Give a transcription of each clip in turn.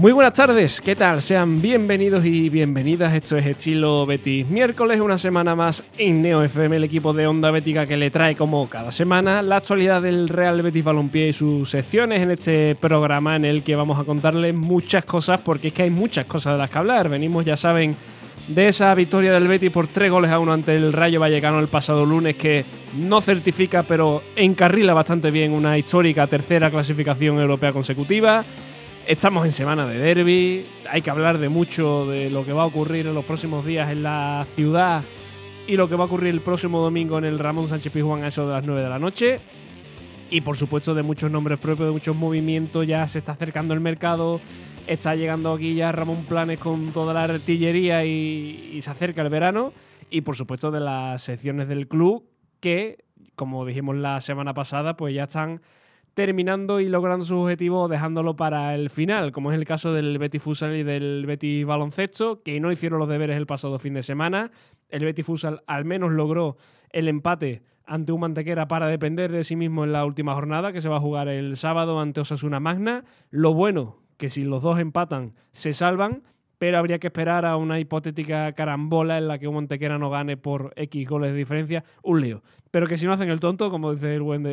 Muy buenas tardes, ¿qué tal? Sean bienvenidos y bienvenidas. Esto es Estilo Betis Miércoles, una semana más en Neo FM, el equipo de Onda Bética que le trae como cada semana la actualidad del Real Betis Balompié y sus secciones en este programa en el que vamos a contarles muchas cosas, porque es que hay muchas cosas de las que hablar. Venimos, ya saben, de esa victoria del Betis por 3-1 ante el Rayo Vallecano el pasado lunes, que no certifica pero encarrila bastante bien una histórica tercera clasificación europea consecutiva. Estamos en semana de derbi, hay que hablar de mucho de lo que va a ocurrir en los próximos días en la ciudad y lo que va a ocurrir el próximo domingo en el Ramón Sánchez Pizjuán a eso de las 9 de la noche. Y por supuesto de muchos nombres propios, de muchos movimientos. Ya se está acercando el mercado, está llegando aquí ya Ramón Planes con toda la artillería y se acerca el verano. Y por supuesto de las secciones del club que, como dijimos la semana pasada, pues ya están terminando y logrando sus objetivos, dejándolo para el final, como es el caso del Betis Futsal y del Betis Baloncesto, que no hicieron los deberes el pasado fin de semana. El Betis Futsal al menos logró el empate ante un Mantequera para depender de sí mismo en la última jornada, que se va a jugar el sábado ante Osasuna Magna. Lo bueno, que si los dos empatan, se salvan, pero habría que esperar a una hipotética carambola en la que un Mantequera no gane por X goles de diferencia. Un lío. Pero que si no hacen el tonto, como dice el bueno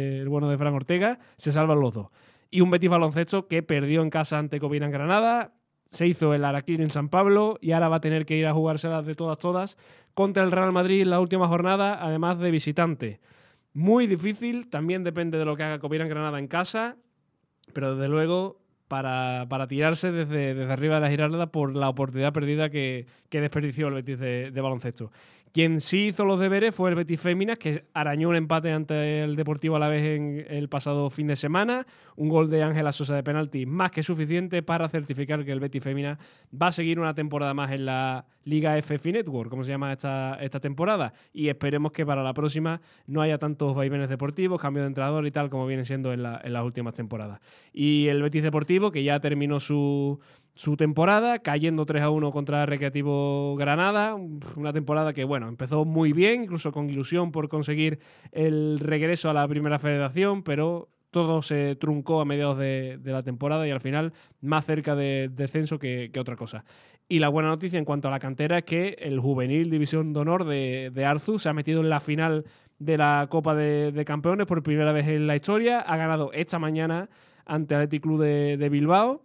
de Fran Ortega, se salvan los dos. Y un Betis Baloncesto que perdió en casa ante Covirán Granada, se hizo el Araquiri en San Pablo y ahora va a tener que ir a jugárselas de todas contra el Real Madrid en la última jornada, además de visitante. Muy difícil, también depende de lo que haga Covirán Granada en casa, pero desde luego para tirarse desde arriba de la Giralda por la oportunidad perdida que desperdició el Betis de baloncesto. Quien sí hizo los deberes fue el Betis Féminas, que arañó un empate ante el Deportivo Alavés en el pasado fin de semana. Un gol de Ángela Sosa de penalti más que suficiente para certificar que el Betis Féminas va a seguir una temporada más en la Liga FFI Network, como se llama esta temporada. Y esperemos que para la próxima no haya tantos vaivenes deportivos, cambio de entrenador y tal, como viene siendo en las últimas temporadas. Y el Betis Deportivo, que ya terminó su temporada, cayendo 3-1 contra el Recreativo Granada, una temporada que, bueno, empezó muy bien, incluso con ilusión por conseguir el regreso a la primera federación, pero todo se truncó a mediados de la temporada y al final más cerca de descenso que otra cosa. Y la buena noticia en cuanto a la cantera es que el juvenil División de Honor de Arzu se ha metido en la final de la Copa de Campeones por primera vez en la historia, ha ganado esta mañana ante el Athletic Club de Bilbao,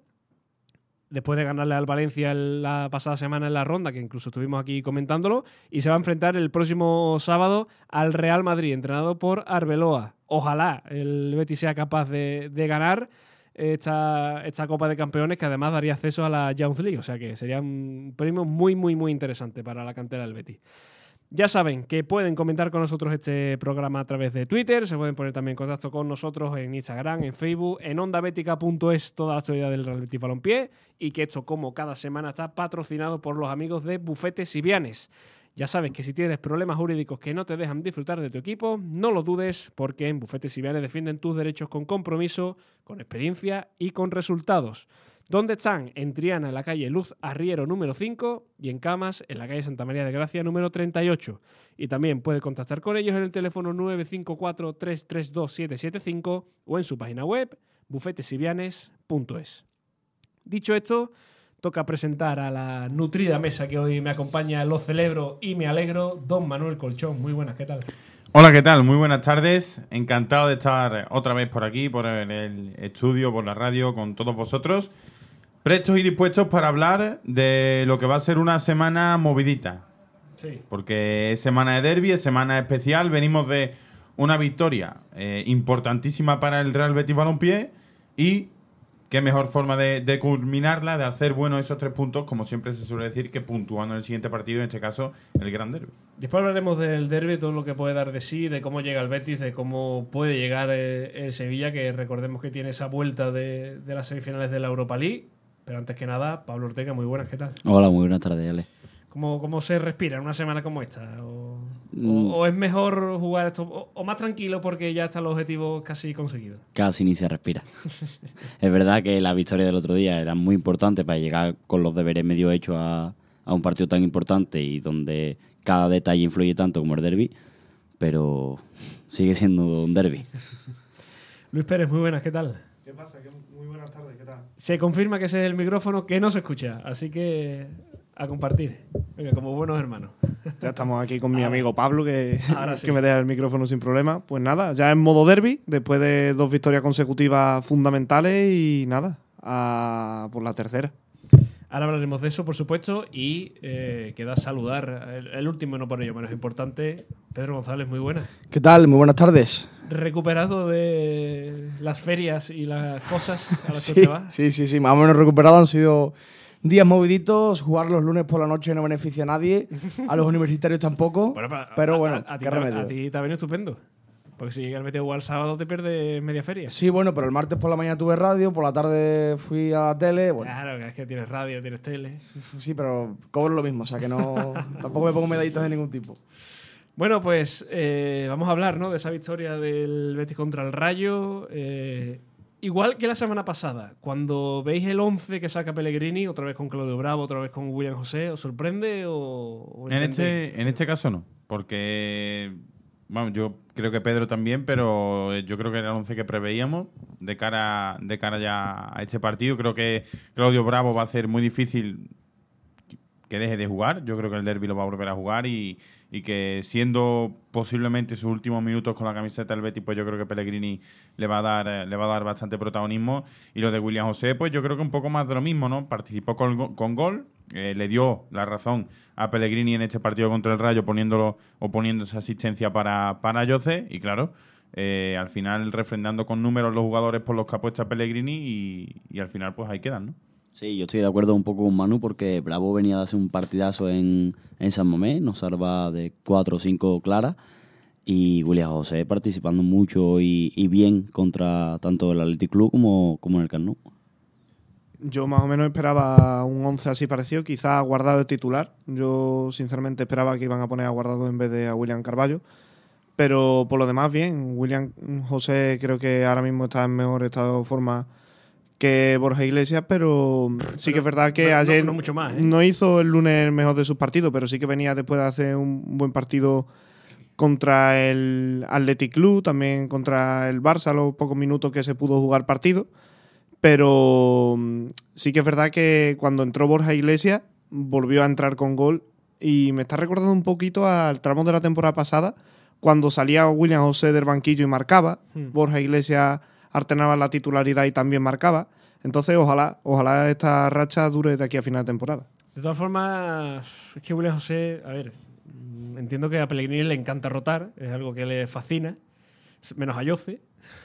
después de ganarle al Valencia la pasada semana en la ronda, que incluso estuvimos aquí comentándolo, y se va a enfrentar el próximo sábado al Real Madrid, entrenado por Arbeloa. Ojalá el Betis sea capaz de ganar esta Copa de Campeones, que además daría acceso a la Youth League, o sea que sería un premio muy, muy, muy interesante para la cantera del Betis. Ya saben que pueden comentar con nosotros este programa a través de Twitter, se pueden poner también en contacto con nosotros en Instagram, en Facebook, en ondabética.es, toda la actualidad del Real Betis Balompié, y que esto, como cada semana, está patrocinado por los amigos de Bufetes y Vianes. Ya sabes que si tienes problemas jurídicos que no te dejan disfrutar de tu equipo, no lo dudes, porque en Bufetes y Vianes defienden tus derechos con compromiso, con experiencia y con resultados. ¿Dónde están? En Triana, en la calle Luz Arriero número 5, y en Camas, en la calle Santa María de Gracia número 38. Y también puedes contactar con ellos en el teléfono 954-332-775 o en su página web bufetesyvianes.es. Dicho esto, toca presentar a la nutrida mesa que hoy me acompaña. Lo celebro y me alegro. Don Manuel Colchón, muy buenas, ¿qué tal? Hola, ¿qué tal? Muy buenas tardes. Encantado de estar otra vez por aquí, por el estudio, por la radio, con todos vosotros. Prestos y dispuestos para hablar de lo que va a ser una semana movidita. Sí. Porque es semana de derbi, es semana especial. Venimos de una victoria importantísima para el Real Betis Balompié y qué mejor forma de culminarla, de hacer buenos esos 3 puntos, como siempre se suele decir, que puntuando en el siguiente partido, en este caso, el gran derbi. Después hablaremos del derbi, todo lo que puede dar de sí, de cómo llega el Betis, de cómo puede llegar el Sevilla, que recordemos que tiene esa vuelta de las semifinales de la Europa League. Pero antes que nada, Pablo Ortega, muy buenas, ¿qué tal? Hola, muy buenas tardes, Ale. ¿Cómo se respira en una semana como esta? ¿O es mejor jugar esto? ¿O más tranquilo porque ya están los objetivos casi conseguidos? Casi ni se respira. Es verdad que la victoria del otro día era muy importante para llegar con los deberes medio hechos a un partido tan importante y donde cada detalle influye tanto como el derbi, pero sigue siendo un derbi. Luis Pérez, muy buenas, ¿qué tal? ¿Qué pasa? Muy buenas tardes, ¿qué tal? Se confirma que ese es el micrófono que no se escucha, así que a compartir. Venga, como buenos hermanos. Ya estamos aquí con mi amigo Pablo, que Sí. me deja el micrófono sin problema. Pues nada, ya en modo derbi, después de 2 victorias consecutivas fundamentales y nada, por la tercera. Ahora hablaremos de eso, por supuesto, y queda saludar el último, no por ello menos importante, Pedro González, muy buena. ¿Qué tal? Muy buenas tardes. Recuperado de las ferias y las cosas a las que se va. Sí, más o menos recuperado. Han sido días moviditos. Jugar los lunes por la noche no beneficia a nadie. A los universitarios tampoco. Pero bueno, a ti qué remedio. A ti te ha venido estupendo. Porque si el metido al sábado te pierdes media feria. Sí, bueno, pero el martes por la mañana tuve radio, por la tarde fui a la tele. Bueno, Claro, que es que tienes radio, tienes tele. sí, pero cobro lo mismo, o sea que no tampoco me pongo medallitas de ningún tipo. Bueno, pues vamos a hablar, ¿no?, de esa victoria del Betis contra el Rayo. Igual que la semana pasada, cuando veis el 11 que saca Pellegrini, otra vez con Claudio Bravo, otra vez con William José, ¿os sorprende o En este caso no, porque vamos, yo creo que Pedro también, pero yo creo que era el 11 que preveíamos de cara ya a este partido. Creo que Claudio Bravo va a hacer muy difícil que deje de jugar. Yo creo que el derbi lo va a volver a jugar y que siendo posiblemente sus últimos minutos con la camiseta del Betis, pues yo creo que Pellegrini le va a dar bastante protagonismo. Y lo de William José, pues yo creo que un poco más de lo mismo, ¿no? Participó con gol, le dio la razón a Pellegrini en este partido contra el Rayo poniendo esa asistencia para José y claro, al final refrendando con números los jugadores por los que apuesta Pellegrini y al final pues ahí quedan, ¿no? Sí, yo estoy de acuerdo un poco con Manu porque Bravo venía de hacer un partidazo en San Mamés, nos salva de 4 o 5 claras y William José participando mucho y bien contra tanto el Athletic Club como en el Camp Nou. Yo más o menos esperaba un 11 así parecido, quizá Guardado de titular. Yo sinceramente esperaba que iban a poner a Guardado en vez de a William Carballo. Pero por lo demás, bien. William José creo que ahora mismo está en mejor estado de forma que Borja Iglesias, pero sí que es verdad que ayer no mucho más, ¿eh? No hizo el lunes el mejor de sus partidos, pero sí que venía después de hacer un buen partido contra el Athletic Club, también contra el Barça, los pocos minutos que se pudo jugar partido. Pero sí que es verdad que cuando entró Borja Iglesias volvió a entrar con gol y me está recordando un poquito al tramo de la temporada pasada cuando salía William José del banquillo y marcaba. Borja Iglesias alternaba la titularidad y también marcaba. Entonces ojalá esta racha dure de aquí a final de temporada. De todas formas, es que William José, a ver, entiendo que a Pellegrini le encanta rotar, es algo que le fascina, menos a Jose.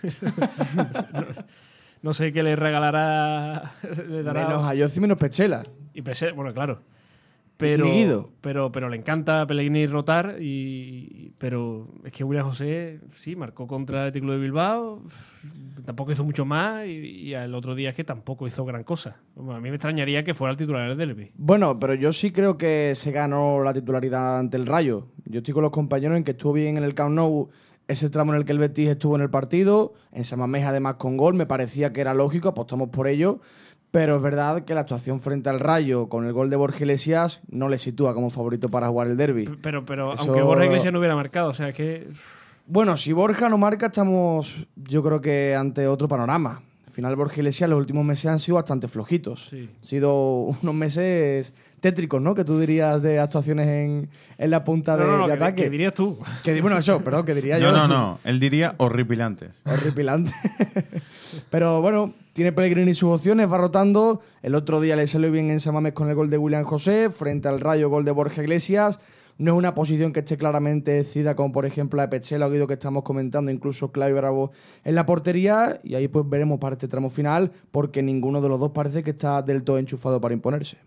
No sé qué le regalará. Le dará Menos a Yossi, menos Pechela. y Pese, bueno, claro. Ni Guido. Pero le encanta a Pellegrini rotar, pero es que William José sí marcó contra el Club de Bilbao, tampoco hizo mucho más y el otro día es que tampoco hizo gran cosa. Bueno, a mí me extrañaría que fuera el titular del derbi. Bueno, pero yo sí creo que se ganó la titularidad ante el Rayo. Yo estoy con los compañeros en que estuvo bien en el Camp Nou ese tramo en el que el Betis estuvo en el partido. En San Mamés, además, con gol. Me parecía que era lógico, apostamos por ello. Pero es verdad que la actuación frente al Rayo con el gol de Borja Iglesias no le sitúa como favorito para jugar el derbi. Pero Eso- aunque Borja Iglesias no hubiera marcado, o sea que... Bueno, si Borja no marca, estamos yo creo que ante otro panorama. Al final Borja Iglesias los últimos meses han sido bastante flojitos. Sí. Han sido unos meses tétricos, ¿no? Que tú dirías de actuaciones en la punta de ataque. ¿Qué dirías tú? Bueno, eso, perdón, que diría yo. No. Él diría horripilantes. Horripilante. Pero bueno, tiene Pellegrini sus opciones, va rotando. El otro día le salió bien en San Mamés con el gol de William José. Frente al Rayo, gol de Borja Iglesias. No es una posición que esté claramente decidida, como por ejemplo la de Pechela o Guido que estamos comentando, incluso Claudio Bravo en la portería. Y ahí pues veremos para este tramo final, porque ninguno de los dos parece que está del todo enchufado para imponerse.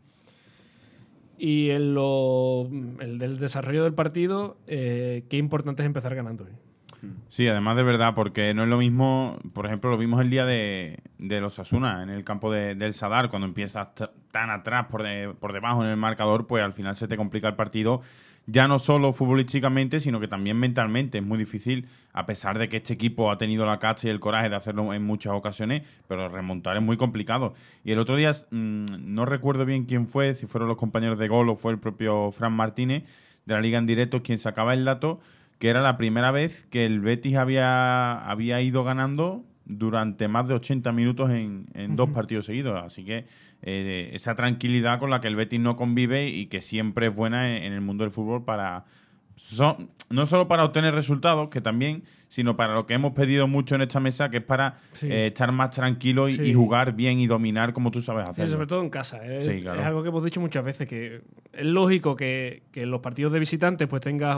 Y el del desarrollo del partido, qué importante es empezar ganando. Sí, además de verdad, porque no es lo mismo, por ejemplo, lo vimos el día de los Osasuna en el campo del Sadar, cuando empiezas tan atrás por debajo en el marcador, pues al final se te complica el partido, ya no solo futbolísticamente, sino que también mentalmente. Es muy difícil, a pesar de que este equipo ha tenido la cacha y el coraje de hacerlo en muchas ocasiones, pero remontar es muy complicado. Y el otro día, no recuerdo bien quién fue, si fueron los compañeros de gol o fue el propio Fran Martínez de la Liga en Directo quien sacaba el dato, que era la primera vez que el Betis había ido ganando durante más de 80 minutos en 2 partidos seguidos. Así que esa tranquilidad con la que el Betis no convive y que siempre es buena en el mundo del fútbol para... no solo para obtener resultados, que también, sino para lo que hemos pedido mucho en esta mesa, que es para estar más tranquilo y jugar bien y dominar como tú sabes hacerlo. Sí, sobre todo en casa. Sí, claro. Es algo que hemos dicho muchas veces, que es lógico que en los partidos de visitantes pues tengas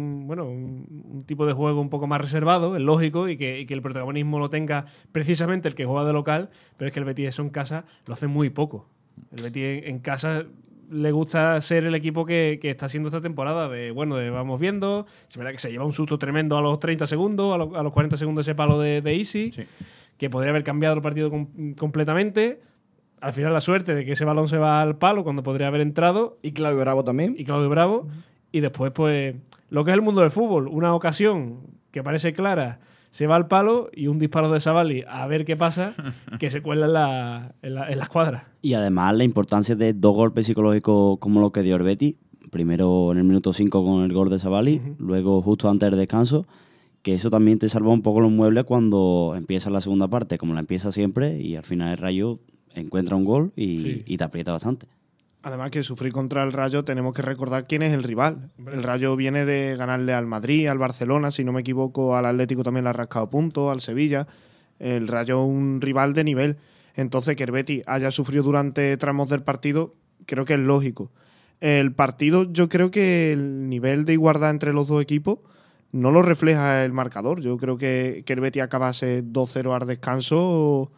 un tipo de juego un poco más reservado, es lógico, y que el protagonismo lo tenga precisamente el que juega de local, pero es que el Betis eso en casa lo hace muy poco. El Betis en casa le gusta ser el equipo que está haciendo esta temporada de vamos viendo. Es verdad que se lleva un susto tremendo a los 30 segundos, a los 40 segundos ese palo de Isi, que podría haber cambiado el partido completamente. Al final la suerte de que ese balón se va al palo cuando podría haber entrado. Y Claudio Bravo también. Y después, pues, lo que es el mundo del fútbol. Una ocasión que parece clara se va al palo y un disparo de Savali a ver qué pasa, que se cuela en la escuadra. Y además la importancia de 2 golpes psicológicos como lo que dio el Betis. Primero en el minuto 5 con el gol de Savali, luego justo antes del descanso, que eso también te salva un poco los muebles cuando empieza la segunda parte, como la empieza siempre, y al final el Rayo encuentra un gol y te aprieta bastante. Además que sufrir contra el Rayo tenemos que recordar quién es el rival. El Rayo viene de ganarle al Madrid, al Barcelona, si no me equivoco, al Atlético también le ha rascado puntos, al Sevilla. El Rayo es un rival de nivel. Entonces que el Betis haya sufrido durante tramos del partido creo que es lógico. El partido, yo creo que el nivel de igualdad entre los dos equipos no lo refleja el marcador. Yo creo que el Betis acabase 2-0 al descanso.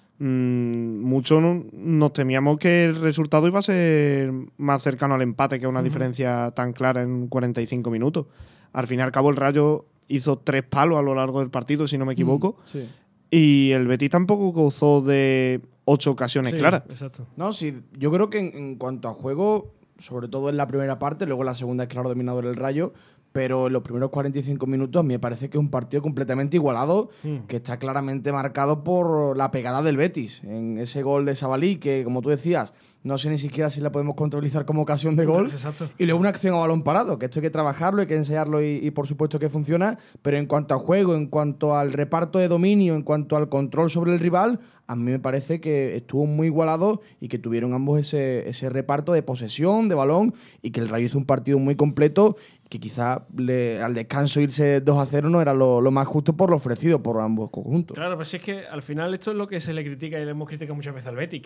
Muchos nos temíamos que el resultado iba a ser más cercano al empate que una diferencia tan clara en 45 minutos. Al fin y al cabo el Rayo hizo 3 palos a lo largo del partido, si no me equivoco, y el Betis tampoco gozó de 8 ocasiones claras. Exacto. No, sí, yo creo que en cuanto a juego, sobre todo en la primera parte, luego la segunda es claro dominador el Rayo, pero en los primeros 45 minutos a mí me parece que es un partido completamente igualado, que está claramente marcado por la pegada del Betis. En ese gol de Savali, que como tú decías, no sé ni siquiera si la podemos contabilizar como ocasión de gol. Exacto. Y luego una acción a balón parado, que esto hay que trabajarlo, hay que ensayarlo y por supuesto que funciona, pero en cuanto a juego, en cuanto al reparto de dominio, en cuanto al control sobre el rival, a mí me parece que estuvo muy igualado y que tuvieron ambos ese reparto de posesión, de balón, y que el Rayo hizo un partido muy completo, que quizá al descanso irse 2-0 no era lo más justo por lo ofrecido por ambos conjuntos. Claro, pues es que al final esto es lo que se le critica y le hemos criticado muchas veces al Betis,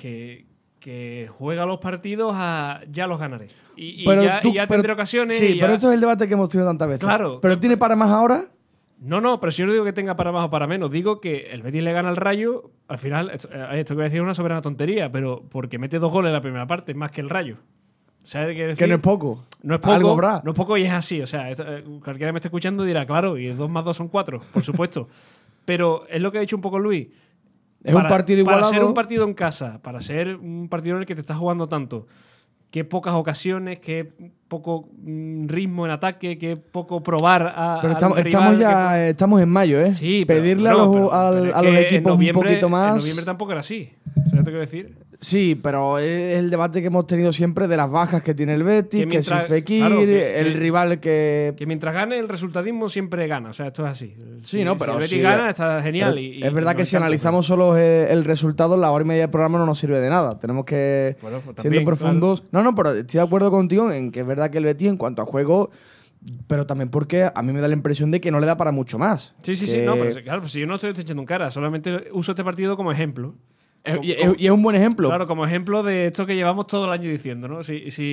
que juega los partidos a ya los ganaré. Y ya tendré ocasiones. Sí, pero esto es el debate que hemos tenido tantas veces. Claro. ¿Pero tiene para más ahora? No, pero si yo no digo que tenga para más o para menos, digo que el Betis le gana al Rayo, al final, esto que voy a decir es una soberana tontería, pero porque mete 2 goles en la primera parte, más que el Rayo. ¿Sabes qué decir? Que no es poco. No es poco, algo habrá. No es poco y es así. O sea, cualquiera que me esté escuchando dirá, claro, y 2 más 2 son 4, por supuesto. Pero es lo que ha dicho un poco Luis. Es un partido igualado. Para ser un partido en casa, para ser un partido en el que te estás jugando tanto, qué pocas ocasiones, qué poco ritmo en ataque, qué poco probar a. Pero estamos en mayo, ¿eh? Sí, pedirle a los equipos un poquito más. En noviembre tampoco era así. ¿Sabes lo que quiero decir? Sí, pero es el debate que hemos tenido siempre de las bajas que tiene el Betis, que si Fekir, el rival que... Que mientras gane, el resultadismo siempre gana. O sea, esto es así. Sí, no, pero si el Betis gana, está genial. Es verdad que si analizamos solo el resultado, la hora y media del programa no nos sirve de nada. Tenemos que, siendo profundos... Claro. No, pero estoy de acuerdo contigo en que es verdad que el Betis, en cuanto a juego... Pero también porque a mí me da la impresión de que no le da para mucho más. Sí, no, pero claro, pues si yo no estoy echando en cara, solamente uso este partido como ejemplo. Y es un buen ejemplo. Claro, como ejemplo de esto que llevamos todo el año diciendo, ¿no?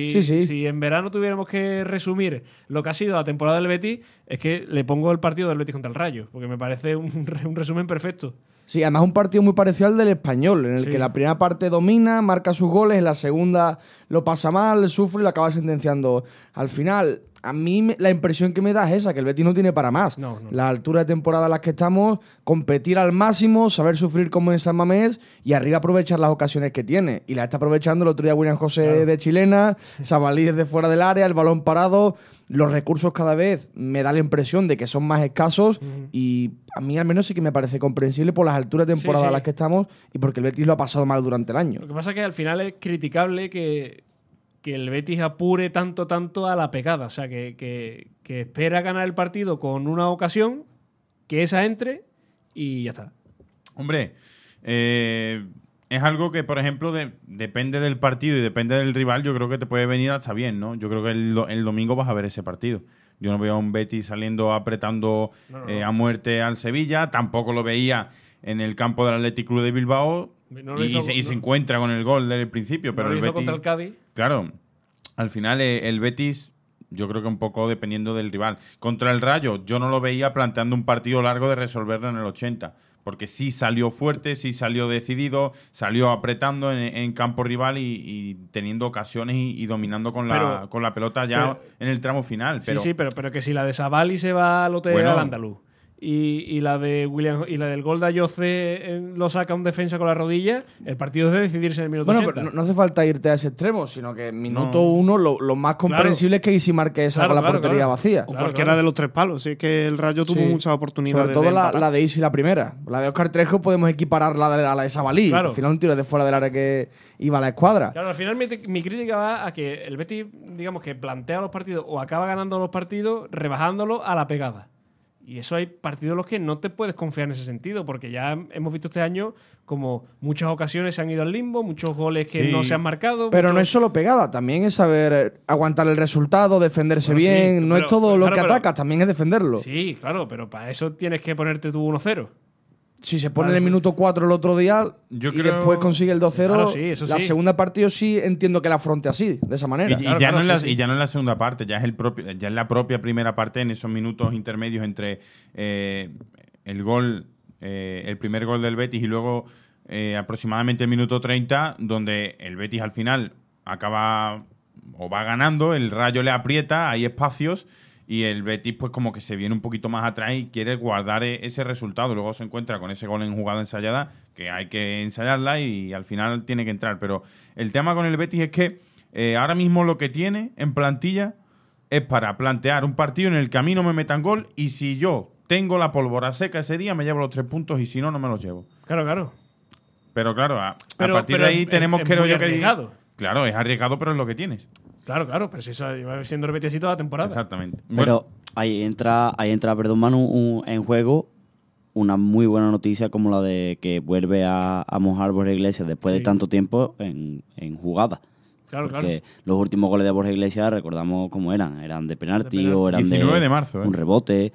Si en verano tuviéramos que resumir lo que ha sido la temporada del Betis, es que le pongo el partido del Betis contra el Rayo, porque me parece un resumen perfecto. Sí, además un partido muy parecido al del Español, en el que la primera parte domina, marca sus goles, en la segunda lo pasa mal, sufre y lo acaba sentenciando. Al final, a mí la impresión que me da es esa, que el Betis no tiene para más. No. La altura de temporada en la que estamos, competir al máximo, saber sufrir como en San Mamés y arriba aprovechar las ocasiones que tiene. Y la está aprovechando el otro día William José de chilena, Savali desde fuera del área, el balón parado. Los recursos cada vez me da la impresión de que son más escasos y a mí al menos sí que me parece comprensible por las alturas de temporada en las que estamos y porque el Betis lo ha pasado mal durante el año. Lo que pasa es que al final es criticable que el Betis apure tanto a la pegada. O sea, que espera ganar el partido con una ocasión, que esa entre y ya está. Hombre, es algo que, por ejemplo, depende del partido y depende del rival. Yo creo que te puede venir hasta bien, ¿no? Yo creo que el domingo vas a ver ese partido. Yo no veo a un Betis saliendo apretando a muerte al Sevilla. Tampoco lo veía en el campo del Athletic Club de Bilbao. Se encuentra con el gol del principio. Pero lo el hizo Betis, contra el Cádiz. Claro, al final el Betis, yo creo que un poco dependiendo del rival. Contra el Rayo, yo no lo veía planteando un partido largo de resolverlo en el 80. Porque sí salió fuerte, sí salió decidido, salió apretando en campo rival y teniendo ocasiones y dominando con la pelota ya en el tramo final. Pero, sí, pero que si la de Savali se va al hotel al andaluz y la de William y la del gol de Ayoce lo saca un defensa con la rodilla, el partido es de decidirse en el minuto 80. Pero no hace falta irte a ese extremo, sino que en minuto 1 lo más comprensible es que Isi marque esa con la portería vacía. O cualquiera de los 3 palos. Sí, es que el Rayo tuvo muchas oportunidades. Sobre todo la de Isi, la primera. La de Óscar Trejo podemos equiparar a la de Sabalí. Claro. Al final un tiro de fuera del área que iba a la escuadra. Claro, al final mi crítica va a que el Betis, digamos que plantea los partidos o acaba ganando los partidos rebajándolo a la pegada. Y eso hay partidos en los que no te puedes confiar en ese sentido, porque ya hemos visto este año como muchas ocasiones se han ido al limbo, muchos goles que no se han marcado. Pero no es solo pegada, también es saber aguantar el resultado, defenderse bien. No es todo lo que atacas, también es defenderlo. Sí, claro, pero para eso tienes que ponerte tú 1-0. Si se pone en el minuto 4 el otro día después consigue el 2-0, claro, la segunda partido sí entiendo que la afronte así, de esa manera. Y ya no en la segunda parte, ya es la propia primera parte, en esos minutos intermedios entre el gol, el primer gol del Betis y luego aproximadamente el minuto 30, donde el Betis al final acaba o va ganando, el Rayo le aprieta, hay espacios. Y el Betis pues como que se viene un poquito más atrás y quiere guardar ese resultado. Luego se encuentra con ese gol en jugada ensayada, que hay que ensayarla y al final tiene que entrar. Pero el tema con el Betis es que ahora mismo lo que tiene en plantilla es para plantear un partido en el que a mí no me metan gol y si yo tengo la pólvora seca ese día me llevo los 3 puntos y si no, no me los llevo. Claro. Pero claro, a partir de ahí tenemos que... arriesgado. Claro, es arriesgado, pero es lo que tienes. Claro, pero si eso va siendo el Betis así toda la temporada. Exactamente. Pero ahí entra, perdón, Manu, en juego una muy buena noticia como la de que vuelve a mojar Borja Iglesias después de tanto tiempo en jugada. Porque los últimos goles de Borja Iglesias recordamos cómo eran de penalti o eran 19 de marzo, un rebote.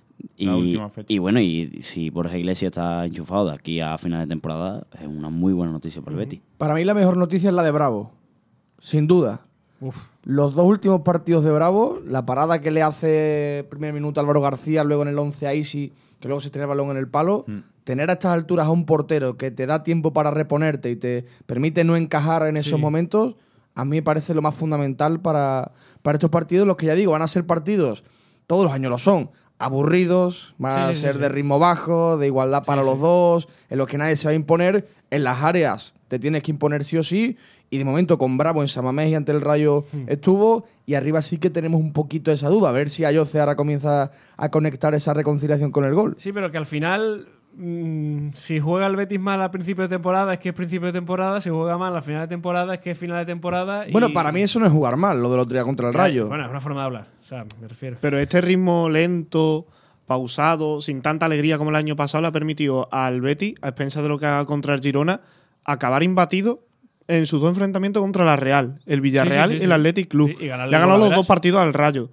Y bueno, y si Borja Iglesias está enchufado de aquí a final de temporada, es una muy buena noticia para el Betis. Para mí la mejor noticia es la de Bravo, sin duda. Los 2 últimos partidos de Bravo, la parada que le hace primer minuto Álvaro García, luego en el 11 a Isi, que luego se estrella el balón en el palo, tener a estas alturas a un portero que te da tiempo para reponerte y te permite no encajar en esos momentos, a mí me parece lo más fundamental para estos partidos, los que ya digo, van a ser partidos, todos los años lo son, aburridos, van a ser de ritmo bajo, de igualdad para los dos, en los que nadie se va a imponer, en las áreas te tienes que imponer sí o sí, y de momento con Bravo en San Mamés y ante el Rayo estuvo, y arriba sí que tenemos un poquito esa duda, a ver si Ayoce ahora comienza a conectar esa reconciliación con el gol. Sí, pero que al final, si juega el Betis mal al principio de temporada, es que es principio de temporada, si juega mal al final de temporada, es que es final de temporada. Bueno, para mí eso no es jugar mal, lo del otro día contra el Rayo. Bueno, es una forma de hablar, o sea, me refiero. Pero este ritmo lento, pausado, sin tanta alegría como el año pasado, le ha permitido al Betis, a expensas de lo que haga contra el Girona, acabar imbatido en sus 2 enfrentamientos contra la Real, el Villarreal y el Athletic Club. Sí, le ha ganado los 2 partidos al Rayo.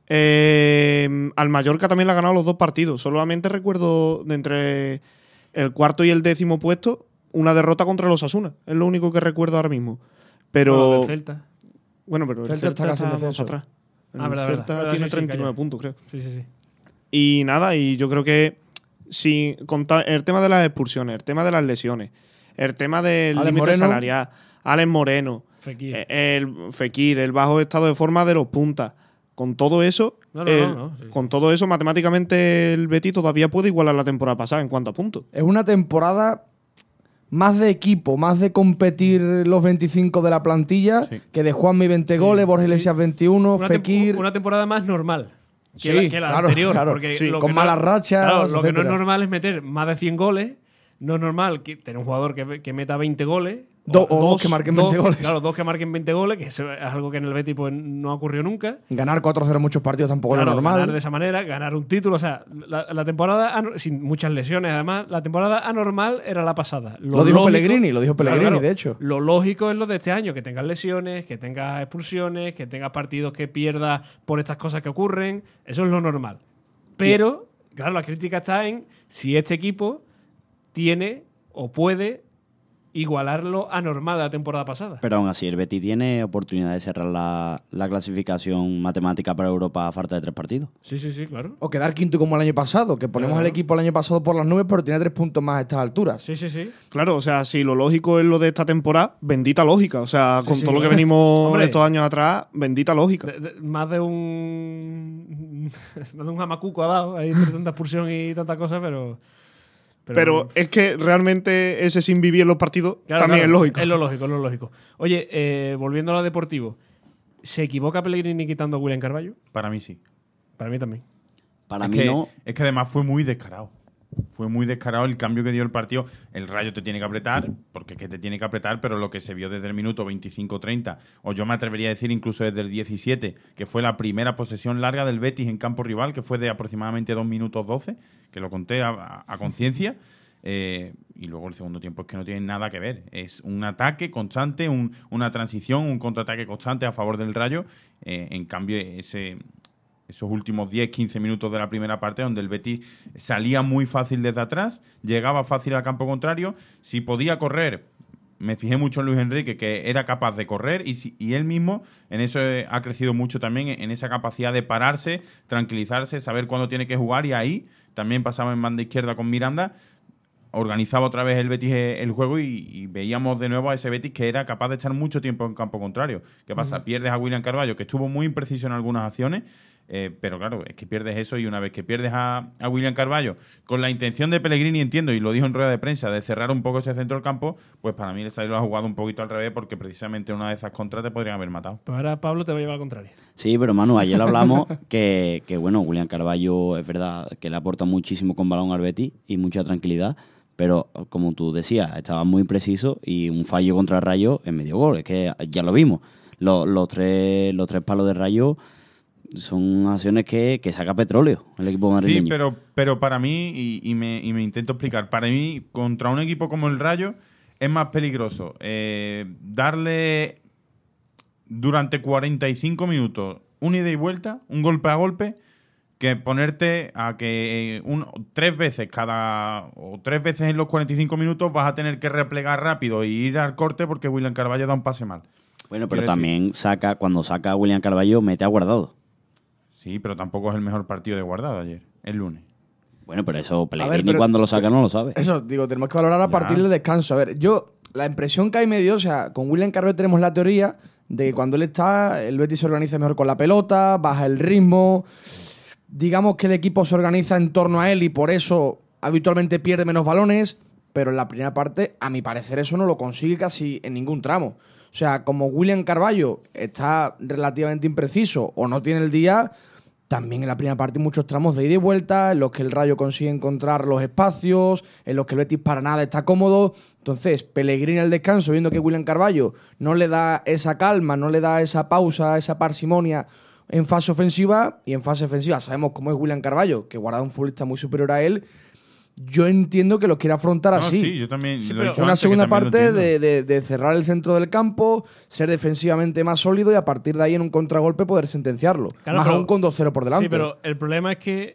Al Mallorca también le ha ganado los 2 partidos. Solamente recuerdo de entre el 4º y el 10º puesto una derrota contra los Osasuna. Es lo único que recuerdo ahora mismo. Pero el Celta. Bueno, pero el Celta está casi en descenso atrás. El Celta tiene 39 puntos, creo. Sí. Y nada, y yo creo que si el tema de las expulsiones, el tema de las lesiones, el tema del límite salarial, Alex Moreno, Fekir, el bajo estado de forma de los puntas, con todo eso, con todo eso, matemáticamente el Betis todavía puede igualar la temporada pasada en cuanto a puntos. Es una temporada más de equipo, más de competir los 25 de la plantilla, que de Juanmi 20 goles, Borja Iglesias 21, Fekir... Una temporada más normal que la anterior. Claro. Porque con malas rachas, lo que no es normal es meter más de 100 goles No es normal tener un jugador que meta 20 goles. Dos que marquen 20 goles. Claro, 2 que marquen 20 goles, que eso es algo que en el Betis pues, no ocurrió nunca. Ganar 4-0 en muchos partidos tampoco Claro, es normal. ganar de esa manera, ganar un título. O sea, la temporada, sin muchas lesiones además, la temporada anormal era la pasada. Lo dijo Pellegrini, de hecho. Lo lógico es lo de este año, que tengas lesiones, que tengas expulsiones, que tengas partidos que pierdas por estas cosas que ocurren. Eso es lo normal. Pero, claro, la crítica está en si este equipo tiene o puede igualar lo anormal de la temporada pasada. Pero aún así, el Betis tiene oportunidad de cerrar la clasificación matemática para Europa a falta de 3 partidos. Sí, claro. O quedar quinto como el año pasado, que ponemos al equipo el año pasado por las nubes, pero tiene 3 puntos más a estas alturas. Sí. Claro, o sea, si lo lógico es lo de esta temporada, bendita lógica. O sea, con todo lo que venimos Hombre, estos años atrás, bendita lógica. Más de un jamacuco ha dado ahí entre tanta expulsión y tanta cosa, Pero es que realmente ese sin vivir en los partidos también es lógico. Es lo lógico. Oye, volviendo a lo deportivo, ¿se equivoca Pellegrini quitando a William Carvalho? Para mí sí. Para mí también. Para mí no. Es que además fue muy descarado. Fue muy descarado el cambio que dio el partido. El Rayo te tiene que apretar, porque es que te tiene que apretar, pero lo que se vio desde el minuto 25-30, o yo me atrevería a decir incluso desde el 17, que fue la primera posesión larga del Betis en campo rival, que fue de aproximadamente 2 minutos 12, que lo conté a conciencia, y luego el segundo tiempo es que no tiene nada que ver. Es un ataque constante, una transición, un contraataque constante a favor del Rayo. En cambio, esos últimos 10-15 minutos de la primera parte, donde el Betis salía muy fácil desde atrás, llegaba fácil al campo contrario. Si podía correr, me fijé mucho en Luis Enrique, que era capaz de correr, y él mismo en eso ha crecido mucho también, en esa capacidad de pararse, tranquilizarse, saber cuándo tiene que jugar, y ahí también pasaba en banda izquierda con Miranda, organizaba otra vez el Betis el juego y veíamos de nuevo a ese Betis que era capaz de echar mucho tiempo en campo contrario. ¿Qué pasa? Pierdes a William Carvalho, que estuvo muy impreciso en algunas acciones, pero claro, es que pierdes eso, y una vez que pierdes a William Carvalho con la intención de Pellegrini, entiendo, y lo dijo en rueda de prensa, de cerrar un poco ese centro del campo, pues para mí el Sailo ha jugado un poquito al revés, porque precisamente una de esas contras te podrían haber matado. Pues ahora Pablo te va a llevar a la contraria. Sí, pero Manu, ayer hablamos que bueno, William Carvalho es verdad que le aporta muchísimo con balón al Betis y mucha tranquilidad, pero como tú decías, estaba muy preciso, y un fallo contra el Rayo en medio gol. Es que ya lo vimos. Los tres palos de Rayo son acciones que saca petróleo el equipo madrileño. Sí, pero para mí, y me intento explicar, para mí, contra un equipo como el Rayo, es más peligroso darle durante 45 minutos un ida y vuelta, un golpe a golpe, que ponerte a que 3 veces en los 45 minutos vas a tener que replegar rápido y ir al corte porque William Carvalho da un pase mal. Bueno, pero también cuando saca a William Carvalho, mete a Guardado. Sí, pero tampoco es el mejor partido de Guardado ayer, el lunes. Bueno, pero eso Pellegrini cuando lo saca no lo sabe. Eso, digo, tenemos que valorar a partir del descanso. A ver, la impresión que ahí me dio, o sea, con William Carvalho tenemos la teoría de que cuando él está, el Betis se organiza mejor con la pelota, baja el ritmo. Digamos que el equipo se organiza en torno a él y por eso habitualmente pierde menos balones, pero en la primera parte, a mi parecer, eso no lo consigue casi en ningún tramo. O sea, como William Carvalho está relativamente impreciso o no tiene el día, también en la primera parte hay muchos tramos de ida y vuelta, en los que el Rayo consigue encontrar los espacios, en los que el Betis para nada está cómodo. Entonces, Pellegrini al descanso, viendo que William Carvalho no le da esa calma, no le da esa pausa, esa parsimonia en fase ofensiva, y en fase defensiva sabemos cómo es William Carvalho, que guarda un futbolista muy superior a él. Yo entiendo que lo quiere afrontar así. Sí, yo también. Sí, lo he dicho una antes, segunda que también parte lo entiendo. de cerrar el centro del campo, ser defensivamente más sólido y a partir de ahí en un contragolpe poder sentenciarlo. Claro, más pero- aún con 2-0 por delante. Sí, pero el problema es que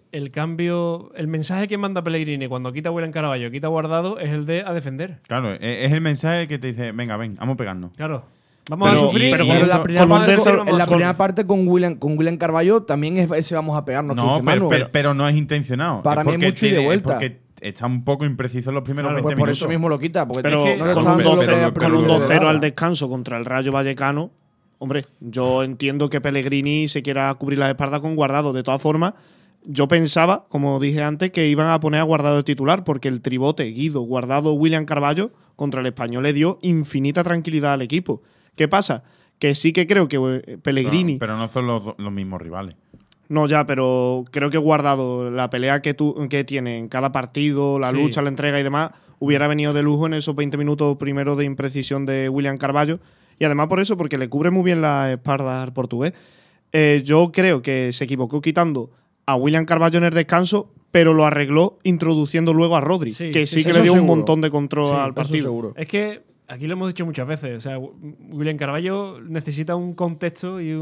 el mensaje que manda Pellegrini cuando quita a William Carvalho, quita a Guardado, es el de a defender. Claro, es el mensaje que te dice, venga, vamos a pegarnos. Claro. Vamos Pero- a sufrir. pero y con en eso- la primera con un parte tercer- vamos en la a- primera parte con William Carvalho también es ese vamos a pegarnos. que No, dice Manu. pero no es intencionado. Para es mí es porque mucho ida y es vuelta. porque está un poco impreciso en los primeros Claro, 20 Pues por minutos. eso mismo lo quita. Porque Pero es que no le con está un dando lo que 2-0 ha con un perdido de 2-0 al nada. descanso contra el Rayo Vallecano, hombre, yo entiendo que Pellegrini se quiera cubrir las espaldas con Guardado. De todas formas, yo pensaba, como dije antes, que iban a poner a Guardado de titular, porque el tribote Guido, Guardado, William Carvalho contra el Español le dio infinita tranquilidad al equipo. ¿Qué pasa? Que sí que creo que Pellegrini... Pero no son los mismos rivales. No, ya, pero creo que Guardado, la pelea que tiene en cada partido, la Sí. lucha, la entrega y demás, hubiera venido de lujo en esos 20 minutos primero de imprecisión de William Carballo. Y además por eso, porque le cubre muy bien la espalda al portugués. Yo creo que se equivocó quitando a William Carballo en el descanso, pero lo arregló introduciendo luego a Rodri, que sí que le dio un montón de control al partido. Seguro. Es que aquí lo hemos dicho muchas veces. O sea, William Carballo necesita un contexto y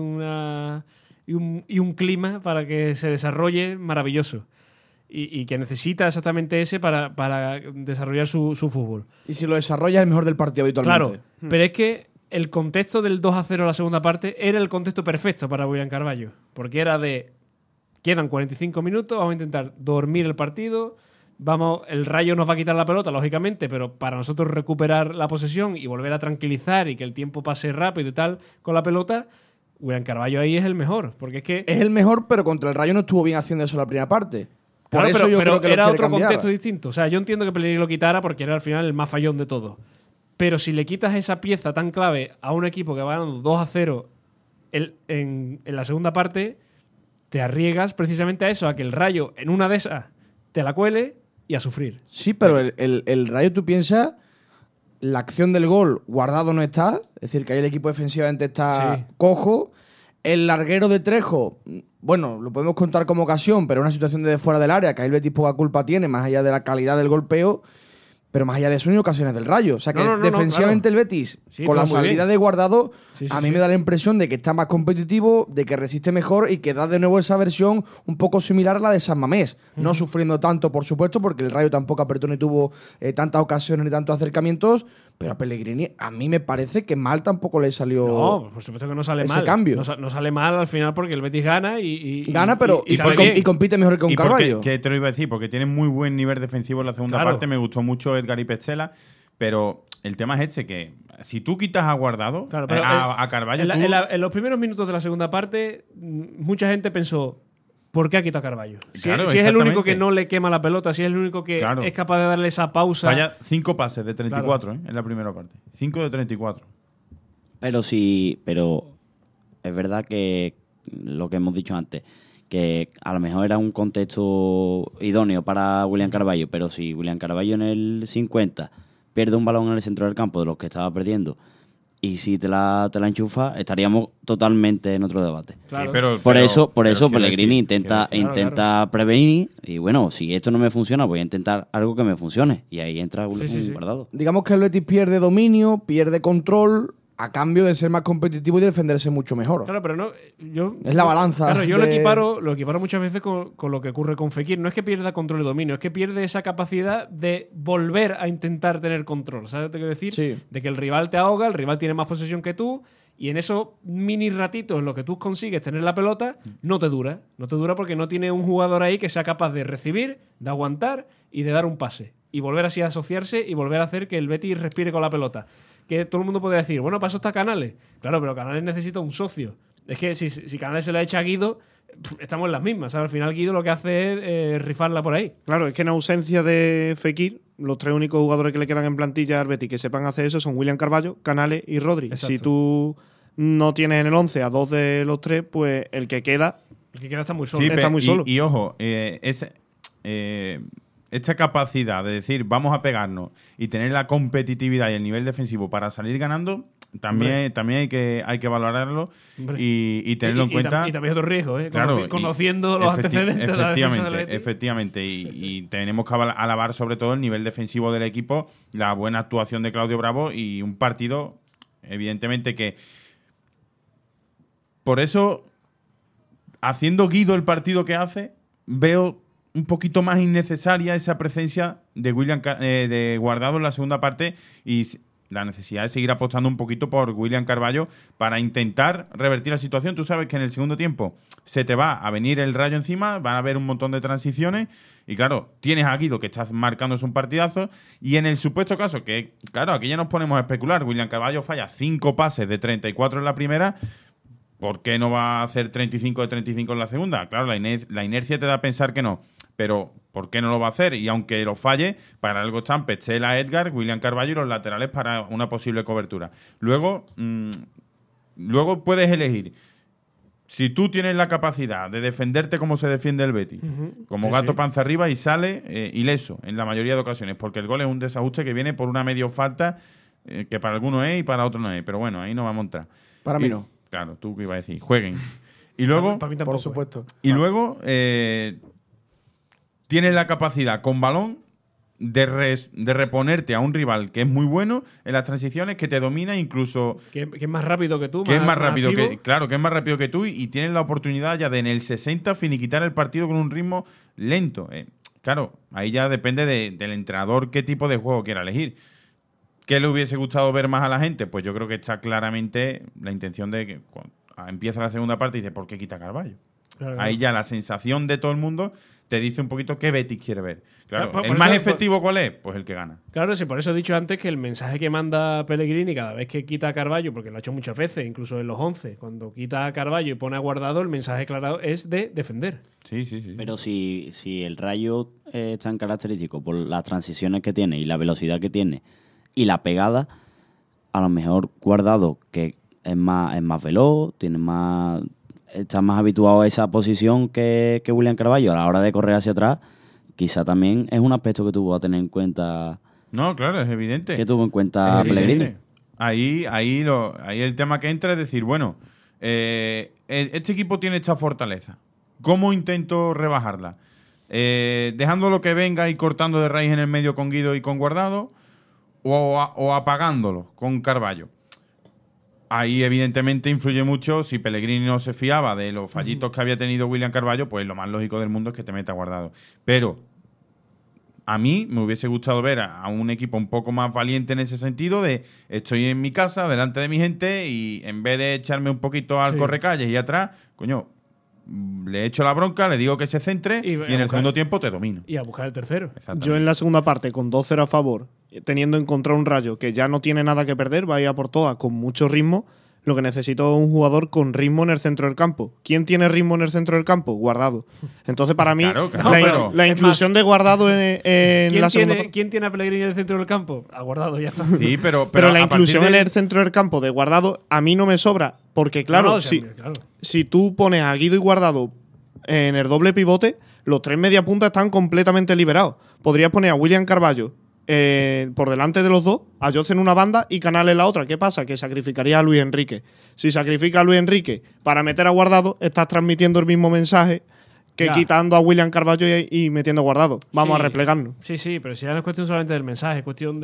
un clima para que se desarrolle maravilloso. Y que necesita exactamente ese para desarrollar su fútbol. Y si lo desarrolla, es el mejor del partido habitualmente. Claro, pero es que el contexto del 2-0 en la segunda parte era el contexto perfecto para William Carballo. Porque era de, quedan 45 minutos, vamos a intentar dormir el partido, el Rayo nos va a quitar la pelota, lógicamente, pero para nosotros recuperar la posesión y volver a tranquilizar y que el tiempo pase rápido y tal con la pelota, William Carballo ahí es el mejor. Porque es que... Es el mejor, pero contra el Rayo no estuvo bien haciendo eso la primera parte. Por Claro, eso pero yo creo que era lo otro quiere cambiar. contexto distinto. O sea, yo entiendo que Pellegrini lo quitara porque era al final el más fallón de todo. Pero si le quitas esa pieza tan clave a un equipo que va ganando 2-0 en la segunda parte, te arriesgas precisamente a eso, a que el Rayo en una de esas te la cuele y a sufrir. Sí, pero el Rayo, tú piensas, la acción del gol, Guardado no está, es decir, que ahí el equipo defensivamente está cojo. El larguero de Trejo, bueno, lo podemos contar como ocasión, pero es una situación de fuera del área, que ahí el Betis poca culpa tiene, más allá de la calidad del golpeo, pero más allá de eso hay ocasiones del Rayo. O sea que defensivamente claro. el Betis, Sí, con la está muy salida bien. de Guardado, Sí, a mí me da la impresión de que está más competitivo, de que resiste mejor y que da de nuevo esa versión un poco similar a la de San Mamés. No sufriendo tanto, por supuesto, porque el Rayo tampoco apretó ni tuvo tantas ocasiones ni tantos acercamientos, pero a Pellegrini a mí me parece que mal tampoco le salió No, por supuesto que no sale ese mal. cambio. No sale mal al final porque el Betis gana y Gana, pero y sale bien. y compite mejor que un ¿Y por Carballo. qué te lo iba a decir? Porque tiene muy buen nivel defensivo en la segunda Claro. parte. Me gustó mucho Edgar y Petzela. Pero el tema es este, que si tú quitas a Guardado, Claro, pero a Carballo, en los primeros minutos de la segunda parte, mucha gente pensó, ¿por qué ha quitado a Carballo? Claro, si es el único que exactamente. no le quema la pelota, si es el único que Claro. es capaz de darle esa pausa. falla 5 pases de 34 en la primera parte. 5 de 34. Pero es verdad que lo que hemos dicho antes, que a lo mejor era un contexto idóneo para William Carballo, pero si William Carballo en el 50 pierde un balón en el centro del campo de los que estaba perdiendo y si te la enchufa, estaríamos totalmente en otro debate. Claro. Por eso quiero Pellegrini decir, intenta Claro, prevenir y bueno, si esto no me funciona, voy a intentar algo que me funcione y ahí entra un Sí. Guardado. Digamos que el Betis pierde dominio, pierde control, a cambio de ser más competitivo y defenderse mucho mejor. Claro, pero no. Es la balanza Claro, yo de- lo equiparo muchas veces con lo que ocurre con Fekir. No es que pierda control y dominio, es que pierde esa capacidad de volver a intentar tener control. ¿Sabes lo que quiero decir? Sí. De que el rival te ahoga, el rival tiene más posesión que tú, y en esos mini ratitos en los que tú consigues tener la pelota, no te dura. No te dura porque no tiene un jugador ahí que sea capaz de recibir, de aguantar y de dar un pase. Y volver así a asociarse y volver a hacer que el Betis respire con la pelota. Que todo el mundo puede decir, bueno, para eso está Canales. Claro, pero Canales necesita un socio. Es que si Canales se la echa a Guido, estamos en las mismas. ¿Sabes? Al final Guido lo que hace es rifarla por ahí. Claro, es que en ausencia de Fekir, los tres únicos jugadores que le quedan en plantilla al Betis que sepan hacer eso son William Carballo, Canales y Rodri. Exacto. Si tú no tienes en el 11 a dos de los tres, pues el que queda El que queda está muy solo. Sí, está muy solo. Y ojo, esta capacidad de decir vamos a pegarnos y tener la competitividad y el nivel defensivo para salir ganando, también hay que valorarlo Hombre. y tenerlo en cuenta. Y también otro riesgo, ¿eh? Claro, Conociendo los antecedentes de la defensa del Betis. Efectivamente, y tenemos que alabar sobre todo el nivel defensivo del equipo, la buena actuación de Claudio Bravo y un partido, evidentemente, que por eso, haciendo Guido el partido que hace, veo un poquito más innecesaria esa presencia de de Guardado en la segunda parte y la necesidad de seguir apostando un poquito por William Carballo para intentar revertir la situación. Tú sabes que en el segundo tiempo se te va a venir el Rayo encima, van a haber un montón de transiciones y claro, tienes a Guido que está marcándose un partidazo y en el supuesto caso que, claro, aquí ya nos ponemos a especular, William Carballo falla 5 pases de 34 en la primera, ¿por qué no va a hacer 35 de 35 en la segunda? Claro, la inercia te da a pensar que no. Pero, ¿por qué no lo va a hacer? Y aunque lo falle, para algo están Petzela, Edgar, William Carballo y los laterales para una posible cobertura. Luego puedes elegir Si tú tienes la capacidad de defenderte como se defiende el Betis, como Sí, gato sí. panza arriba y sale ileso en la mayoría de ocasiones, porque el gol es un desajuste que viene por una medio falta que para algunos es y para otros no es. Pero bueno, ahí no vamos a entrar. Para mí Y- no. Claro, tú que ibas a decir, jueguen. Y luego, Para mí tampoco. Por supuesto. tienes la capacidad con balón de reponerte a un rival que es muy bueno en las transiciones, que te domina incluso... Que es más rápido que tú. Que es más rápido activo. que es más rápido que tú y tienes la oportunidad ya de en el 60 finiquitar el partido con un ritmo lento. Claro, ahí ya depende del entrenador qué tipo de juego quiera elegir. ¿Qué le hubiese gustado ver más a la gente? Pues yo creo que está claramente la intención de que cuando empieza la segunda parte y dice, ¿por qué quita Carballo? Claro, Ahí claro. ya la sensación de todo el mundo te dice un poquito qué Betis quiere ver. Claro, Claro, por ¿el más eso- efectivo cuál es? Pues el que gana. Claro, sí, por eso he dicho antes que el mensaje que manda Pellegrini cada vez que quita a Carballo, porque lo ha hecho muchas veces, incluso en los 11, cuando quita a Carballo y pone a Guardado, el mensaje claro es de defender. Sí, sí, sí. Pero si el Rayo es tan característico por las transiciones que tiene y la velocidad que tiene y la pegada, a lo mejor Guardado, que es más veloz, está más habituado a esa posición que William Carballo a la hora de correr hacia atrás, quizá también es un aspecto que tuvo a tener en cuenta, No, claro, es evidente. que tuvo en cuenta Sí, Pellegrini. sí. Ahí el tema que entra es decir, bueno, este equipo tiene esta fortaleza. ¿Cómo intento rebajarla? ¿Dejándolo que venga y cortando de raíz en el medio con Guido y con Guardado? ¿O apagándolo con Carballo? Ahí evidentemente influye mucho. Si Pellegrini no se fiaba de los fallitos que había tenido William Carballo, pues lo más lógico del mundo es que te meta Guardado. Pero a mí me hubiese gustado ver a un equipo un poco más valiente en ese sentido de estoy en mi casa, delante de mi gente y en vez de echarme un poquito al Sí. correcalles y atrás, coño, le echo la bronca, le digo que se centre Y y, a en el buscar- segundo tiempo te domino. Y a buscar el tercero. Exactamente. Yo en la segunda parte, con 2-0 a favor, teniendo en contra un Rayo que ya no tiene nada que perder, va a ir a por todas con mucho ritmo. Lo que necesito es un jugador con ritmo en el centro del campo. ¿Quién tiene ritmo en el centro del campo? Guardado. Entonces, para mí, Claro, claro, la, pero- la Es inclusión de Guardado en la segunda parte. ¿Quién tiene a Pellegrini en el centro del campo? A Guardado, ya está. Sí, pero Pero la a partir inclusión de- en el centro del campo de Guardado a mí no me sobra. Porque, claro, No, no, sí, claro. si tú pones a Guido y Guardado en el doble pivote, los tres mediapuntas están completamente liberados. Podrías poner a William Carballo por delante de los dos, a Jose en una banda y Canal en la otra. ¿Qué pasa? Que sacrificaría a Luis Enrique. Si sacrifica a Luis Enrique para meter a Guardado, estás transmitiendo el mismo mensaje que Ya. quitando a William Carballo y metiendo a Guardado. Vamos Sí. a replegarnos. Sí, sí, pero si ya no es cuestión solamente del mensaje, es cuestión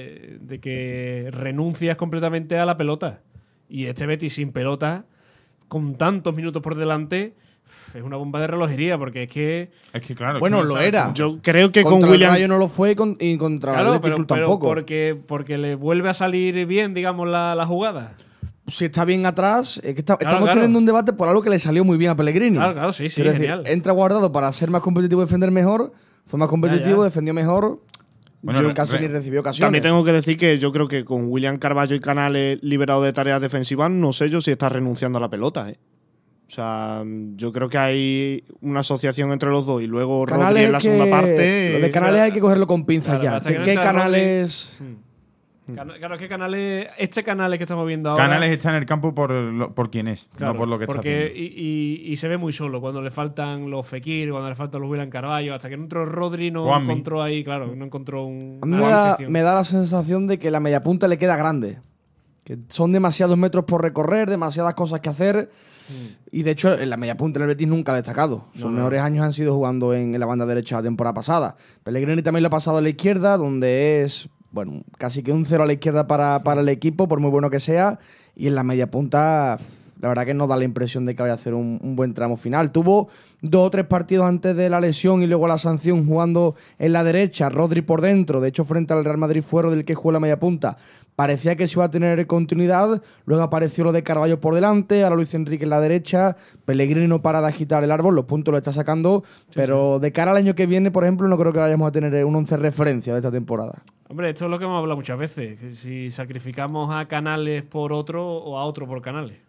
de que renuncias completamente a la pelota. Y este Betis sin pelota, con tantos minutos por delante, es una bomba de relojería, porque es que. Es que claro. es Bueno, que no lo sabes era. cómo- Yo creo que Contra con el William. Rayo no lo fue y contra el Claro, Athletic Club tampoco. porque le vuelve a salir bien, digamos, la jugada. Si está bien atrás, es que Claro, estamos claro. teniendo un debate por algo que le salió muy bien a Pellegrini. Claro, claro, sí, sí, Quiero decir, genial. entra Guardado para ser más competitivo y defender mejor, fue más competitivo, ya. defendió mejor, Bueno, yo casi ni recibió ocasiones. También tengo que decir que yo creo que con William Carballo y Canales liberados de tareas defensivas, no sé yo si está renunciando a la pelota. O sea, yo creo que hay una asociación entre los dos y luego Rodri en la segunda parte. Lo de Canales hay que cogerlo con pinzas Claro, ya. hasta que no ¿Qué entra Canales? Claro, es que Canales, este Canales que estamos viendo ahora. Canales está en el campo por quién es, Claro, no por lo que está porque, haciendo. y se ve muy solo cuando le faltan los Fekir, cuando le faltan los William Carballo, hasta que no entró Rodri no Juanmi. encontró ahí, claro, no encontró un. A mí una asociación. me da la sensación de que la media punta le queda grande. Que son demasiados metros por recorrer, demasiadas cosas que hacer. Y de hecho, en la media punta en el Betis nunca ha destacado. Sus mejores años han sido jugando en la banda derecha la temporada pasada. Pellegrini también lo ha pasado a la izquierda, donde es, bueno, casi que un 0 a la izquierda para el equipo, por muy bueno que sea. Y en la media punta, la verdad que no da la impresión de que vaya a hacer un buen tramo final. Tuvo 2 o 3 partidos antes de la lesión y luego la sanción jugando en la derecha, Rodri por dentro. De hecho, frente al Real Madrid fuera del que jugó la media punta, parecía que se iba a tener continuidad. Luego apareció lo de Carballo por delante, ahora Luis Enrique en la derecha. Pellegrini no para de agitar el árbol, los puntos lo está sacando. Pero de cara al año que viene, por ejemplo, no creo que vayamos a tener un 11 referencia de esta temporada. Hombre, esto es lo que hemos hablado muchas veces, que si sacrificamos a Canales por otro o a otro por Canales.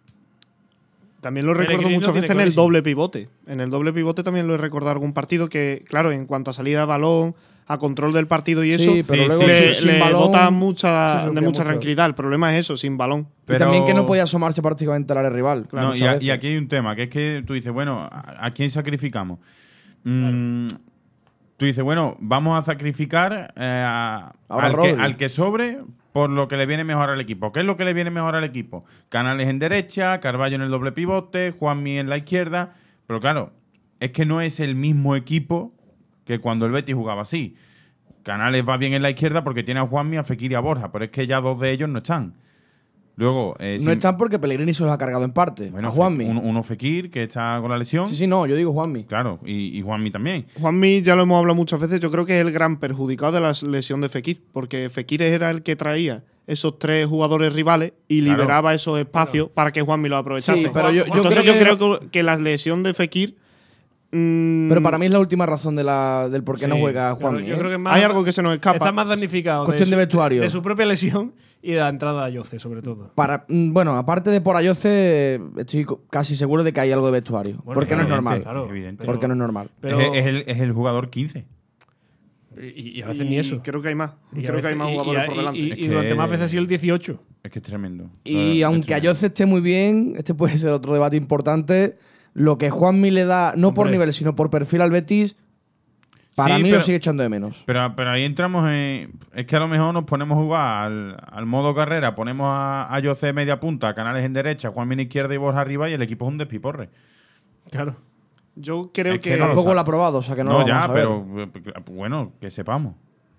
También lo recuerdo Pellegrini muchas lo tiene veces en el clarísimo. doble pivote. En el doble pivote también lo he recordado algún partido que, claro, en cuanto a salida de balón, a control del partido y Sí, eso, pero sí, luego sí. sin le balón, dota se de sufría mucha mucho. tranquilidad. El problema es eso, sin balón. Y también que no podía asomarse prácticamente al área rival. No, muchas y veces. aquí hay un tema, que es que tú dices, bueno, ¿a quién sacrificamos? Tú dices, bueno, vamos a sacrificar Ahora al que sobre por lo que le viene mejor al equipo. ¿Qué es lo que le viene mejor al equipo? Canales en derecha, Carballo en el doble pivote, Juanmi en la izquierda. Pero claro, es que no es el mismo equipo que cuando el Betis jugaba así. Canales va bien en la izquierda porque tiene a Juanmi, a Fekir y a Borja, pero es que ya dos de ellos no están. Luego, No están porque Pellegrini se los ha cargado en parte. bueno, a Juanmi. uno Fekir, que está con la lesión. Sí, no, yo digo Juanmi. Claro, y Juanmi también. Juanmi, ya lo hemos hablado muchas veces, yo creo que es el gran perjudicado de la lesión de Fekir, porque Fekir era el que traía esos tres jugadores rivales y Claro. liberaba esos espacios para que Juanmi lo aprovechase. Sí, pero yo Entonces creo creo que la lesión de Fekir… Pero para mí es la última razón del por qué no Sí, juega claro, Juanmi. yo creo que es más, hay algo que se nos escapa. Está más damnificado Cuestión de vestuario. de su propia lesión y de la entrada a Yoce, sobre todo. Bueno, aparte de por Ayoce, estoy casi seguro de que hay algo de vestuario. Bueno, porque no es evidente, normal. Claro, evidente. Porque no es normal. Pero, Es el jugador 15. y a veces ni eso. Creo que hay más. Y a Creo que hay veces- más y- jugadores y- por delante. Y, Es y durante que- más veces ha sido el 18. Es que es tremendo. Y Es aunque tremendo. Ayoce esté muy bien, este puede ser otro debate importante. Lo que Juanmi le da, no por Hombre. nivel, sino por perfil al Betis, para Sí, mí lo pero- sigue echando de menos. Pero ahí entramos en… Es que a lo mejor nos ponemos a jugar al modo carrera, ponemos a José media punta, Canales en derecha, Juanmi en izquierda y Borja arriba y el equipo es un despiporre. Claro. Yo creo Es que que… no lo Tampoco sabe. lo ha probado, o sea que no, No, lo vamos ya, a ver. pero bueno, que sepamos.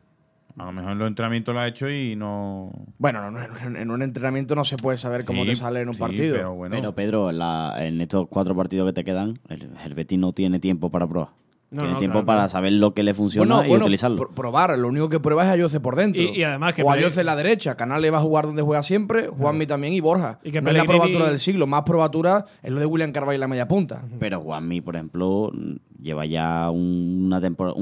A lo mejor en los entrenamientos lo ha hecho y no… Bueno, en un entrenamiento no se puede saber cómo Sí, te sale en un sí, partido. Pero bueno, Pero Pedro, en estos 4 partidos que te quedan, el Betis no tiene tiempo para probar. No, tiene no, tiempo claro, para claro. saber lo que le funciona y utilizarlo. Probar, lo único que prueba es Ayoce por dentro. Y además que o Pele- Ayoce en la derecha, Canales va a jugar donde juega siempre, Juanmi también y Borja. Y que no es la Pellegrini- probatura del siglo, más probatura es lo de William Carvalho y la media punta. Pero Juanmi, por ejemplo, lleva ya una temporada,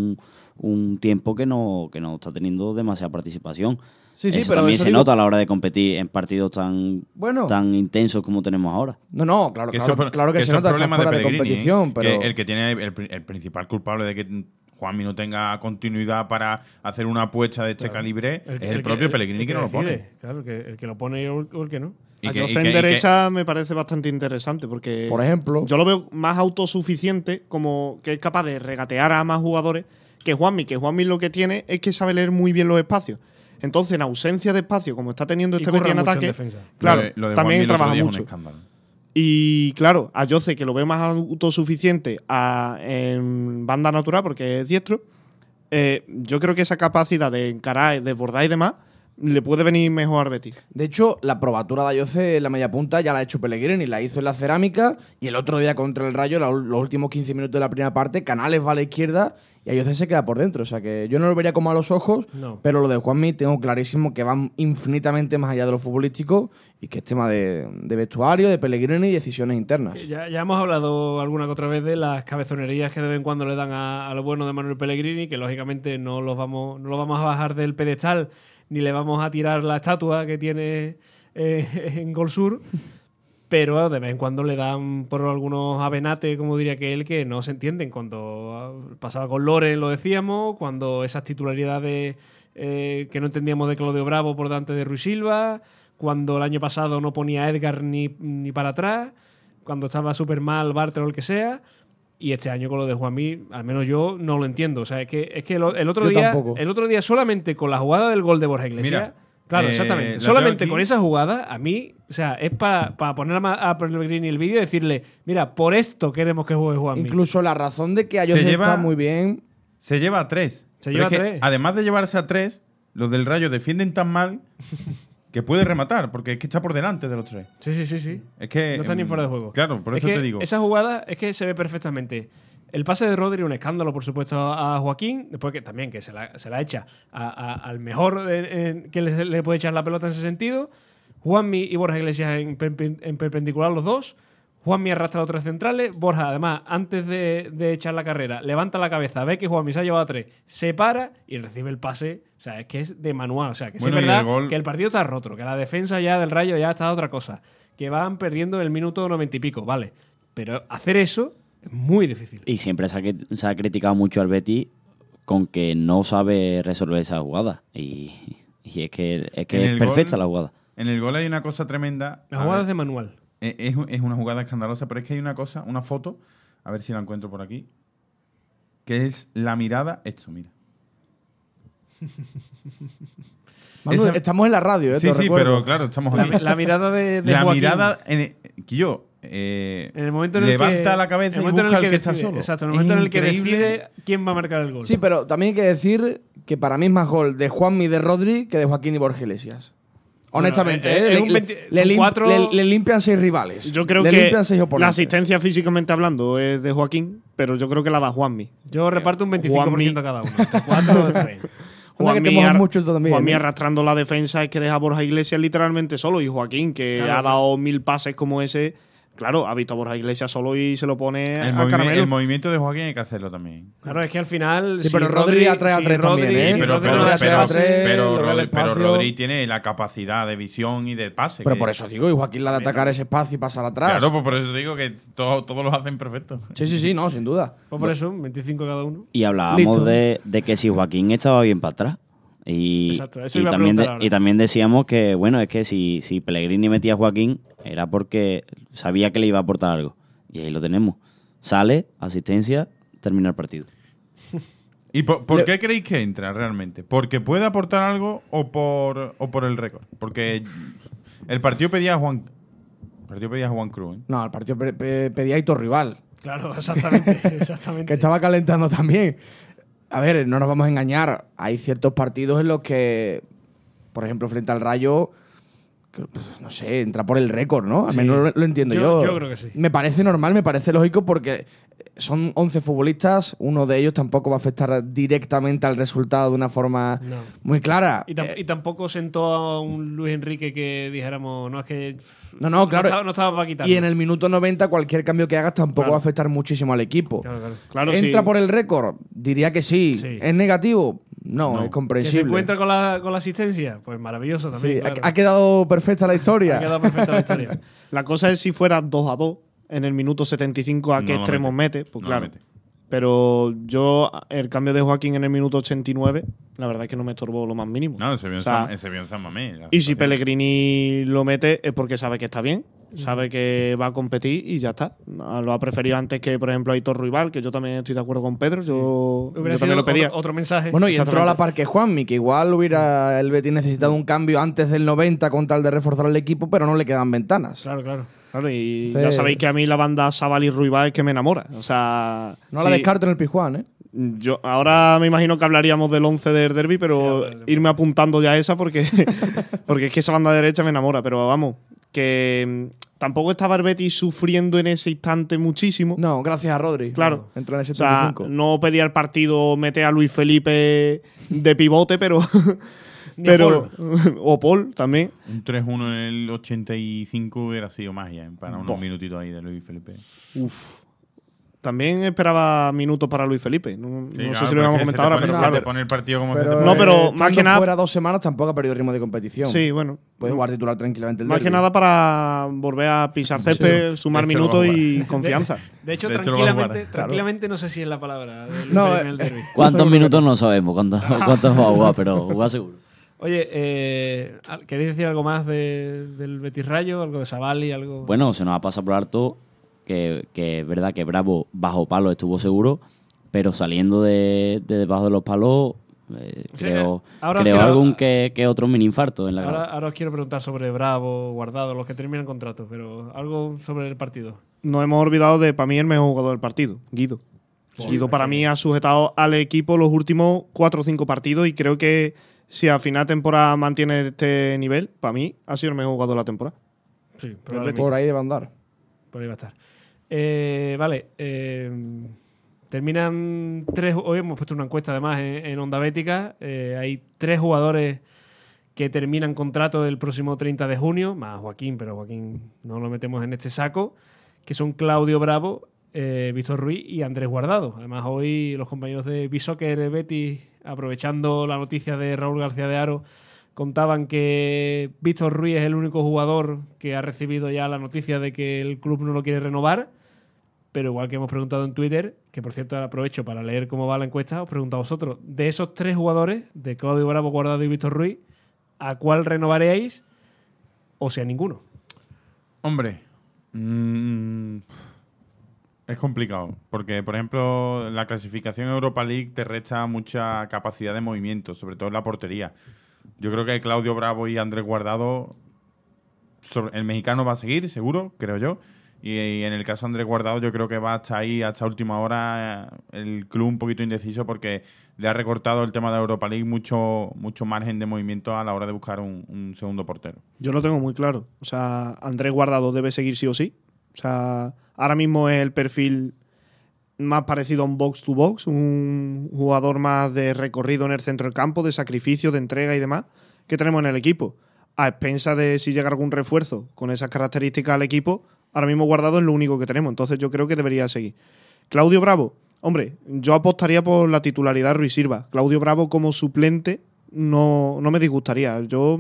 un tiempo que no está teniendo demasiada participación. Sí, sí, Eso pero también eso se digo- nota a la hora de competir en partidos Bueno. tan intensos como tenemos ahora. No, claro, que claro, eso- claro que se eso es nota, está problema fuera de Pellegrini, competición, pero… Que el que tiene el principal culpable de que Juanmi no tenga continuidad para hacer una apuesta de este calibre es el propio Pellegrini que no lo pone. decide. Claro, el que lo pone o el que no. Y A que- y Jose que- en y que- derecha me parece bastante interesante porque Por ejemplo. yo lo veo más autosuficiente, como que es capaz de regatear a más jugadores que Juanmi. Que Juanmi lo que tiene es que sabe leer muy bien los espacios. Entonces, en ausencia de espacio, como está teniendo Y este curra Betis en mucho en ataque, defensa. claro, lo de también Juanmi el otro trabaja día es un mucho. escándalo. Y claro, a Jose, que lo veo más autosuficiente en banda natural, porque es diestro, yo creo que esa capacidad de encarar, desbordar y demás, le puede venir mejor al Betis. De hecho, la probatura de Ayoce en la media punta ya la ha hecho Pellegrini, la hizo en la Cerámica y el otro día contra el Rayo, los últimos 15 minutos de la primera parte, Canales va a la izquierda y Ayoce se queda por dentro. O sea que yo no lo vería como a los ojos, No. pero lo de Juanmi tengo clarísimo que van infinitamente más allá de lo futbolístico y que es tema de vestuario, de Pellegrini y decisiones internas. Ya hemos hablado alguna que otra vez de las cabezonerías que de vez en cuando le dan a lo bueno de Manuel Pellegrini, que lógicamente no lo vamos a bajar del pedestal ni le vamos a tirar la estatua que tiene en Gol Sur, pero de vez en cuando le dan por algunos avenates, como diría que él, que no se entienden. Cuando pasaba con Loren lo decíamos, cuando esas titularidades que no entendíamos de Claudio Bravo por delante de Ruiz Silva, cuando el año pasado no ponía a Edgar ni para atrás, cuando estaba súper mal Bartra o el que sea. Y este año con lo de Juanmi, al menos yo no lo entiendo. O sea, es que el otro Yo día, tampoco. el otro día solamente con la jugada del gol de Borja Iglesias. Mira, claro, la exactamente. tengo Solamente aquí. con esa jugada, a mí, o sea, es para poner a Pellegrini el vídeo y decirle, mira, por esto queremos que juegue Juanmi. Incluso la razón de que Ayoce lleva- está muy bien… Se lleva a 3. Se lleva a 3. Además de llevarse a 3, los del Rayo defienden tan mal que puede rematar, porque es que está por delante de los 3. Sí. Es que No está ni fuera de juego. Claro, por Es eso que te digo. Esa jugada es que se ve perfectamente. El pase de Rodri, un escándalo, por supuesto, a Joaquín. Después que también que se la echa al mejor que le puede echar la pelota en ese sentido. Juanmi y Borja Iglesias en perpendicular los dos. Juanmi arrastra a los 3 centrales. Borja, además, antes de echar la carrera, levanta la cabeza, ve que Juanmi se ha llevado a 3, se para y recibe el pase. O sea, es que es de manual. O sea, que sí Bueno, es y verdad el gol- que el partido está roto, que la defensa ya del Rayo ya está otra cosa. Que van perdiendo el minuto 90 y pico, vale. Pero hacer eso es muy difícil. Y siempre se ha criticado mucho al Betis con que no sabe resolver esa jugada. Y es que En es el perfecta gol- la jugada. En el gol hay una cosa tremenda. La A jugada es ver, de manual. es una jugada escandalosa, pero es que hay una cosa, una foto, a ver si la encuentro por aquí, que es la mirada. Esto, mira. Manu, Esa- estamos en la radio, Sí, te lo sí, recuerdo. pero claro, estamos aquí. La mirada de La Joaquín. mirada, que yo En el momento en el levanta que, la cabeza en el y momento en busca el al que está decide- solo. Exacto, en el Es momento en el que increíble. decide quién va a marcar el gol. Sí, pero también hay que decir que para mí es más gol de Juanmi y de Rodri que de Joaquín y Borja Iglesias. Honestamente, Bueno, es un 20 son cuatro- le limpian 6 rivales. Yo creo le que limpian 6 la oponentes. asistencia físicamente hablando es de Joaquín, pero yo creo que la da Juanmi. Yo reparto un 25% Juanmi- cada uno. Entre cuatro está bien. Anda que te mojas mucho tú también, Juanmi ¿eh? arrastrando la defensa es que deja a Borja Iglesias literalmente solo. Y Joaquín, que Claro, ha dado 1000 pases como ese, claro, ha visto a Borja Iglesias solo y se lo pone a Caramelo. El movimiento de Joaquín hay que hacerlo también. Claro, es que al final. Sí, pero Rodri atrae a tres también, ¿eh? si Pero Rodri Rodri no la atrae hace a así- tres. pero lo ve al Rodri, pero espacio. Rodri tiene la capacidad de visión y de pase. Pero que- por eso digo, y Joaquín la de atacar ese espacio y pasar atrás. Claro, pues por eso digo que todos los hacen perfecto. Sí, no, sin duda. Pues por eso, un 25 cada uno. Y hablábamos Listo. de que si Joaquín estaba bien para atrás. Exacto, eso Y iba a también, preguntar ahora. y también decíamos que, bueno, es que si Pellegrini metía a Joaquín era porque sabía que le iba a aportar algo. Y ahí lo tenemos. Sale, asistencia, termina el partido. ¿Y por qué creéis que entra realmente? ¿Porque puede aportar algo o por el récord? Porque el partido pedía a Juan Cruz. ¿eh? No, el partido pedía a Hitor Rival, Claro, exactamente. exactamente. que estaba calentando también. A ver, no nos vamos a engañar. Hay ciertos partidos en los que, por ejemplo, frente al Rayo, no sé, entra por el récord, ¿no? Al Sí. menos lo entiendo yo. Yo creo que sí. Me parece normal, me parece lógico porque son 11 futbolistas, uno de ellos tampoco va a afectar directamente al resultado de una forma No. muy clara. Y tampoco sentó a un Luis Enrique que dijéramos, no es que. No, claro. No estaba para quitarlo. Y en el minuto 90 cualquier cambio que hagas tampoco Claro. va a afectar muchísimo al equipo. Claro, claro. Claro, ¿Entra sí. por el récord? Diría que sí. Sí. ¿Es negativo? No, No. es ¿Que se comprensible. encuentra con la asistencia? Pues maravilloso también. Sí, claro. ha quedado perfecta la historia. Ha quedado perfecta la historia. La cosa es si fuera 2-2 en el minuto 75 a qué No lo extremos mete. mete. Pues No lo claro. mete. Pero yo, el cambio de Joaquín en el minuto 89, la verdad es que no me estorbó lo más mínimo. No, se vio O sea, en San Mamés. la Y si situación. Pellegrini lo mete es porque sabe que está bien, sabe que va a competir y ya está. Lo ha preferido antes que, por ejemplo, a Hitor Rival, que yo también estoy de acuerdo con Pedro. Yo Hubiera también sido lo pedía. otro mensaje. Bueno, y entró a Exactamente. la par que Juanmi, que igual hubiera el Betis necesitado un cambio antes del 90 con tal de reforzar el equipo, pero no le quedan ventanas. Claro, claro. Claro, y Sí. ya sabéis que a mí la banda Sabal y Ruibal es que me enamora. O sea, No la sí, descarto en el Pizjuán, ¿eh? Yo ahora me imagino que hablaríamos del 11 del derby, pero Sí, hablaremos. irme apuntando ya a esa porque, porque es que esa banda derecha me enamora. Pero vamos, que tampoco estaba el Betis sufriendo en ese instante muchísimo. No, gracias a Rodri. Claro. Entró en el O sea, 75. no pedía el partido meter a Luis Felipe de pivote, pero. Ni a o Paul también. Un 3-1 en el 85 hubiera sido magia, para unos Boh. minutitos ahí de Luis Felipe. Uf. También esperaba minutos para Luis Felipe. No, Sí, no sé claro, si lo íbamos a porque comentar ahora, se te pero pone- se claro. te pone el partido como se Pero, te pone. No, pero más estando que nada- fuera 2 semanas tampoco ha perdido ritmo de competición. Sí, bueno. Puede jugar titular tranquilamente el Más que derbi. nada para volver a pisar césped, sumar De hecho, lo va a minutos jugar. y confianza. De hecho, De hecho, lo va a jugar, tranquilamente no sé si es la palabra del No, Felipe en el derbi. ¿Cuántos minutos no sabemos? ¿Cuántos va a jugar? Pero jugar seguro. Oye, ¿queréis decir algo más del Betis Rayo? ¿Algo de Savali? ¿Algo? Bueno, se nos ha pasado por alto que es verdad que Bravo bajo palo estuvo seguro, pero saliendo de debajo de los palos, Sí, creo ahora quiero- algún que otro mini infarto en la grada. ahora os quiero preguntar sobre Bravo, Guardado, los que terminan contrato, pero algo sobre el partido. No hemos olvidado de, para mí, el mejor jugador del partido, Guido. Guido, para mí, ha sujetado al equipo los últimos 4 o 5 partidos y creo que si a final de temporada mantiene este nivel, para mí, ha sido el mejor jugador de la temporada. Sí, probablemente. Por ahí debe andar. Por ahí va a estar. Vale. Terminan 3. Hoy hemos puesto una encuesta además en Onda Bética. Hay 3 jugadores que terminan contrato el próximo 30 de junio, más Joaquín, pero Joaquín no lo metemos en este saco, que son Claudio Bravo, Víctor Ruiz y Andrés Guardado. Además, hoy los compañeros de Bisoccer Betis, aprovechando la noticia de Raúl García de Haro, contaban que Víctor Ruiz es el único jugador que ha recibido ya la noticia de que el club no lo quiere renovar, pero igual que hemos preguntado en Twitter, que por cierto aprovecho para leer cómo va la encuesta, os pregunto a vosotros, de esos 3 jugadores, de Claudio Bravo, Guardado y Víctor Ruiz, ¿a cuál renovaríais? O sea, ninguno. Hombre, es complicado, porque por ejemplo la clasificación Europa League te resta mucha capacidad de movimiento, sobre todo en la portería. Yo creo que Claudio Bravo y Andrés Guardado, el mexicano va a seguir, seguro, creo yo. Y en el caso de Andrés Guardado yo creo que va hasta ahí, hasta última hora, el club un poquito indeciso porque le ha recortado el tema de Europa League mucho margen de movimiento a la hora de buscar un segundo portero. Yo lo tengo muy claro. O sea, Andrés Guardado debe seguir sí o sí. O sea, ahora mismo es el perfil más parecido a un box-to-box, un jugador más de recorrido en el centro del campo, de sacrificio, de entrega y demás, que tenemos en el equipo. A expensas de si llega algún refuerzo con esas características al equipo, ahora mismo Guardado es lo único que tenemos. Entonces yo creo que debería seguir. Claudio Bravo, hombre, yo apostaría por la titularidad de Ruiz Silva. Claudio Bravo como suplente no me disgustaría. Yo...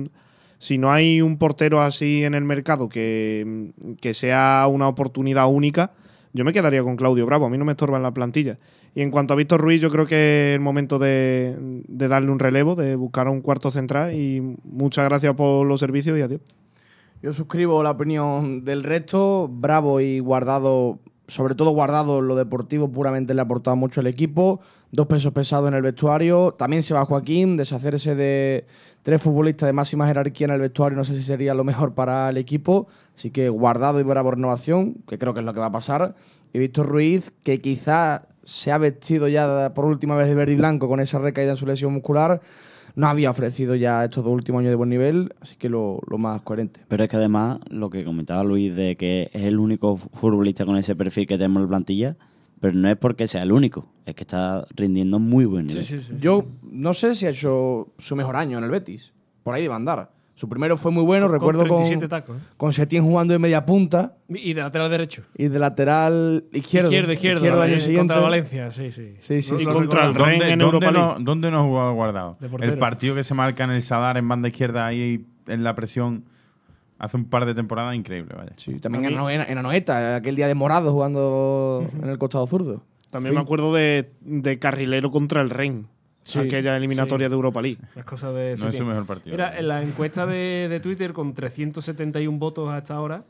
si no hay un portero así en el mercado que sea una oportunidad única, yo me quedaría con Claudio Bravo. A mí no me estorba en la plantilla. Y en cuanto a Víctor Ruiz, yo creo que es el momento de darle un relevo, de buscar a un cuarto central. Y muchas gracias por los servicios y adiós. Yo suscribo la opinión del resto. Bravo y Guardado, sobre todo Guardado, lo deportivo puramente le ha aportado mucho al equipo. 2 pesos pesados en el vestuario. También se va Joaquín, deshacerse de 3 futbolistas de máxima jerarquía en el vestuario, no sé si sería lo mejor para el equipo. Así que Guardado y Bravo renovación, que creo que es lo que va a pasar. Y Víctor Ruiz, que quizá se ha vestido ya por última vez de verde y blanco con esa recaída en su lesión muscular, no había ofrecido ya estos 2 últimos años de buen nivel, así que lo más coherente. Pero es que además, lo que comentaba Luis, de que es el único futbolista con ese perfil que tenemos en la plantilla, pero no es porque sea el único, es que está rindiendo muy buen nivel. Sí. Yo no sé si ha hecho su mejor año en el Betis, por ahí debe andar. Su primero fue muy bueno, recuerdo 37 tacos, ¿eh? con Setién jugando de media punta Y de lateral derecho. y de lateral izquierdo Izquierdo al año siguiente. contra Valencia, sí. Sí. Y contra el Rennes en Europa League. ¿Dónde no ha jugado Guardado? De portero. El partido que se marca en el Sadar en banda izquierda ahí en la presión hace un par de temporadas increíble, vaya. Sí, también en Anoeta, aquel día de Morado jugando en el costado zurdo. También me acuerdo de carrilero contra el Rennes. Sí. Aquella eliminatoria de Europa League. Las cosas de No es Setién. su mejor partido. Mira, en la encuesta de Twitter, con 371 votos hasta ahora,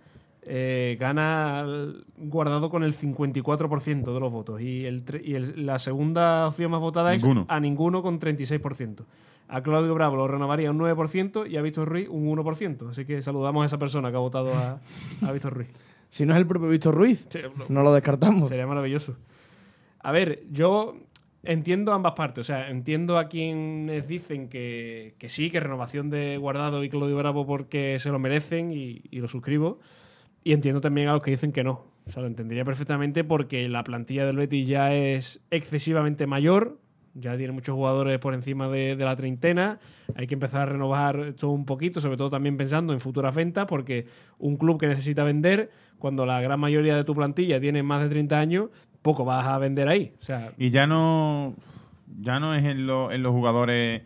gana Guardado con el 54% de los votos. Y la segunda opción más votada Ninguno. es a ninguno con 36%. A Claudio Bravo lo renovaría un 9% y a Víctor Ruiz un 1%. Así que saludamos a esa persona que ha votado a Víctor Ruiz. Si no es el propio Víctor Ruiz, Sí, no lo descartamos. Sería maravilloso. A ver, yo entiendo ambas partes. O sea, entiendo a quienes dicen que sí, que renovación de Guardado y Claudio Bravo porque se lo merecen y lo suscribo. Y entiendo también a los que dicen que no. O sea, lo entendería perfectamente porque la plantilla del Betis ya es excesivamente mayor. Ya tiene muchos jugadores por encima de la treintena. Hay que empezar a renovar esto un poquito, sobre todo también pensando en futuras ventas, porque un club que necesita vender, cuando la gran mayoría de tu plantilla tiene más de 30 años, poco vas a vender ahí. O sea, Y ya no es en los jugadores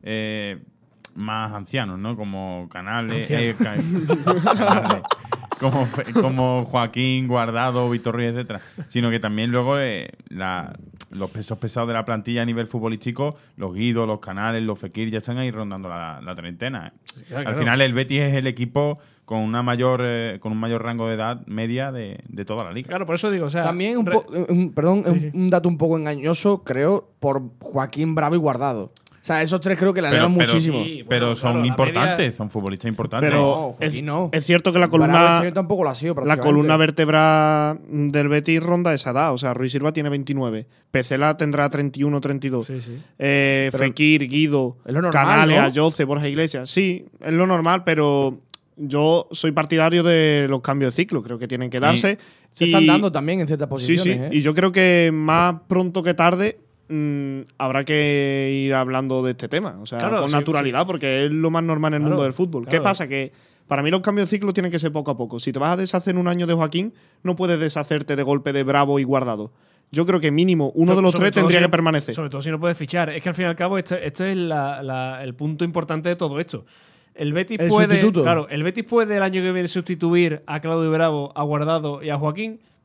más ancianos, ¿no? Como Canales, Canales, como Joaquín, Guardado, Víctor Ruiz, etcétera, sino que también luego los pesos pesados de la plantilla a nivel futbolístico, los Guido, los Canales, los Fekir ya están ahí rondando la treintena. claro. Al final el Betis es el equipo con un mayor rango de edad media de toda la liga. claro, por eso digo, o sea, También Sí. un dato un poco engañoso, creo, por Joaquín, Bravo y Guardado. O sea, esos 3 creo que le elevan muchísimo. Sí, bueno, Pero son claro, la importantes, media- son futbolistas importantes. Pero No, Joaquín no. es cierto que la Bravo columna, este año tampoco lo ha sido, la prácticamente. columna vertebral del Betis ronda esa edad. O sea, Ruiz Silva tiene 29. Pecela tendrá 31, 32. Sí, sí. Fekir, Guido, es lo normal, Canales, ¿no? Ayoce, Borja Iglesias. Sí, es lo normal, pero yo soy partidario de los cambios de ciclo. Creo que tienen que darse. Se están dando también en ciertas Sí, posiciones. sí. Y yo creo que más pronto que tarde habrá que ir hablando de este tema. O sea, Claro, con sí, naturalidad, porque es lo más normal en el Claro, mundo del fútbol. ¿Qué claro. pasa? Que para mí los cambios de ciclo tienen que ser poco a poco. Si te vas a deshacer en un año de Joaquín, no puedes deshacerte de golpe de Bravo y Guardado. Yo creo que mínimo uno de los Sobre tres todo tendría si- que permanecer. Sobre todo si no puedes fichar. Es que al fin y al cabo esto es el punto importante de todo esto. El Betis El puede, sustituto. claro, el Betis puede el año que viene sustituir a Claudio Bravo, a Guardado y a Joaquín.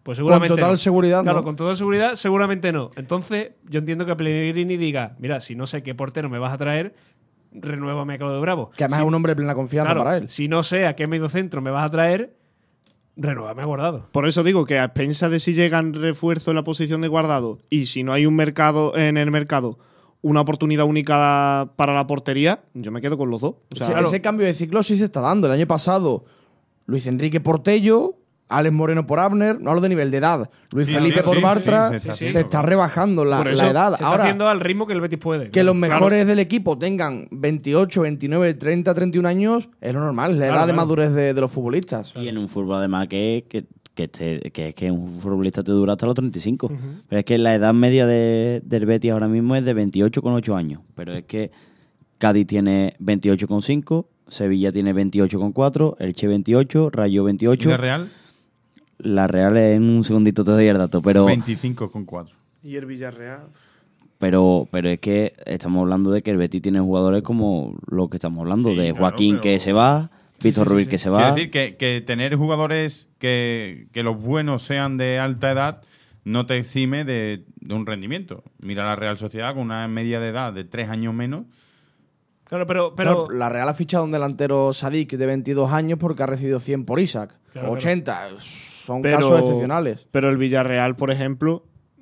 Pues seguramente Con total no. seguridad, Claro, no. con total seguridad, seguramente no. Entonces, yo entiendo que Pellegrini diga, mira, si no sé qué portero me vas a traer, renuévame a Claudio Bravo. Que además Si- es un hombre de plena confianza claro, para él. si no sé a qué mediocentro me vas a traer, renuévame a Guardado. Por eso digo que a expensas de si llegan refuerzo en la posición de Guardado y si no hay un mercado en el mercado, una oportunidad única para la portería, yo me quedo con los dos. O sea, Ese cambio de ciclo sí se está dando. El año pasado, Luis Enrique por Tello, Alex Moreno por Abner, no hablo de nivel de edad. Luis Sí, Felipe sí, por sí, Bartra, sí, se está rebajando la, Por eso la edad. Se está Ahora, haciendo al ritmo que el Betis puede. que claro. los mejores del equipo tengan 28, 29, 30, 31 años, es lo normal, es la edad de madurez de los futbolistas. Y en un fútbol además que es que un futbolista te dura hasta los 35. Pero es que la edad media del Betis ahora mismo es de 28,8 años. Pero es que Cádiz tiene 28,5, Sevilla tiene 28,4, Elche 28, Rayo ¿Y 28. la Real? La Real en un segundito te doy el dato, pero 25,4. y el Villarreal. Pero es que estamos hablando de que el Betis tiene jugadores como lo que estamos hablando, Sí, de claro, Joaquín pero- que se va, Víctor Ruiz que se va. Quiero decir que tener jugadores que los buenos sean de alta edad no te exime de un rendimiento. Mira la Real Sociedad con una media de edad de 3 años menos. Claro, pero Claro, la Real ha fichado un delantero Sadik de 22 años porque ha recibido 100 por Isaac. Claro, 80. Son casos excepcionales. Pero el Villarreal, por ejemplo,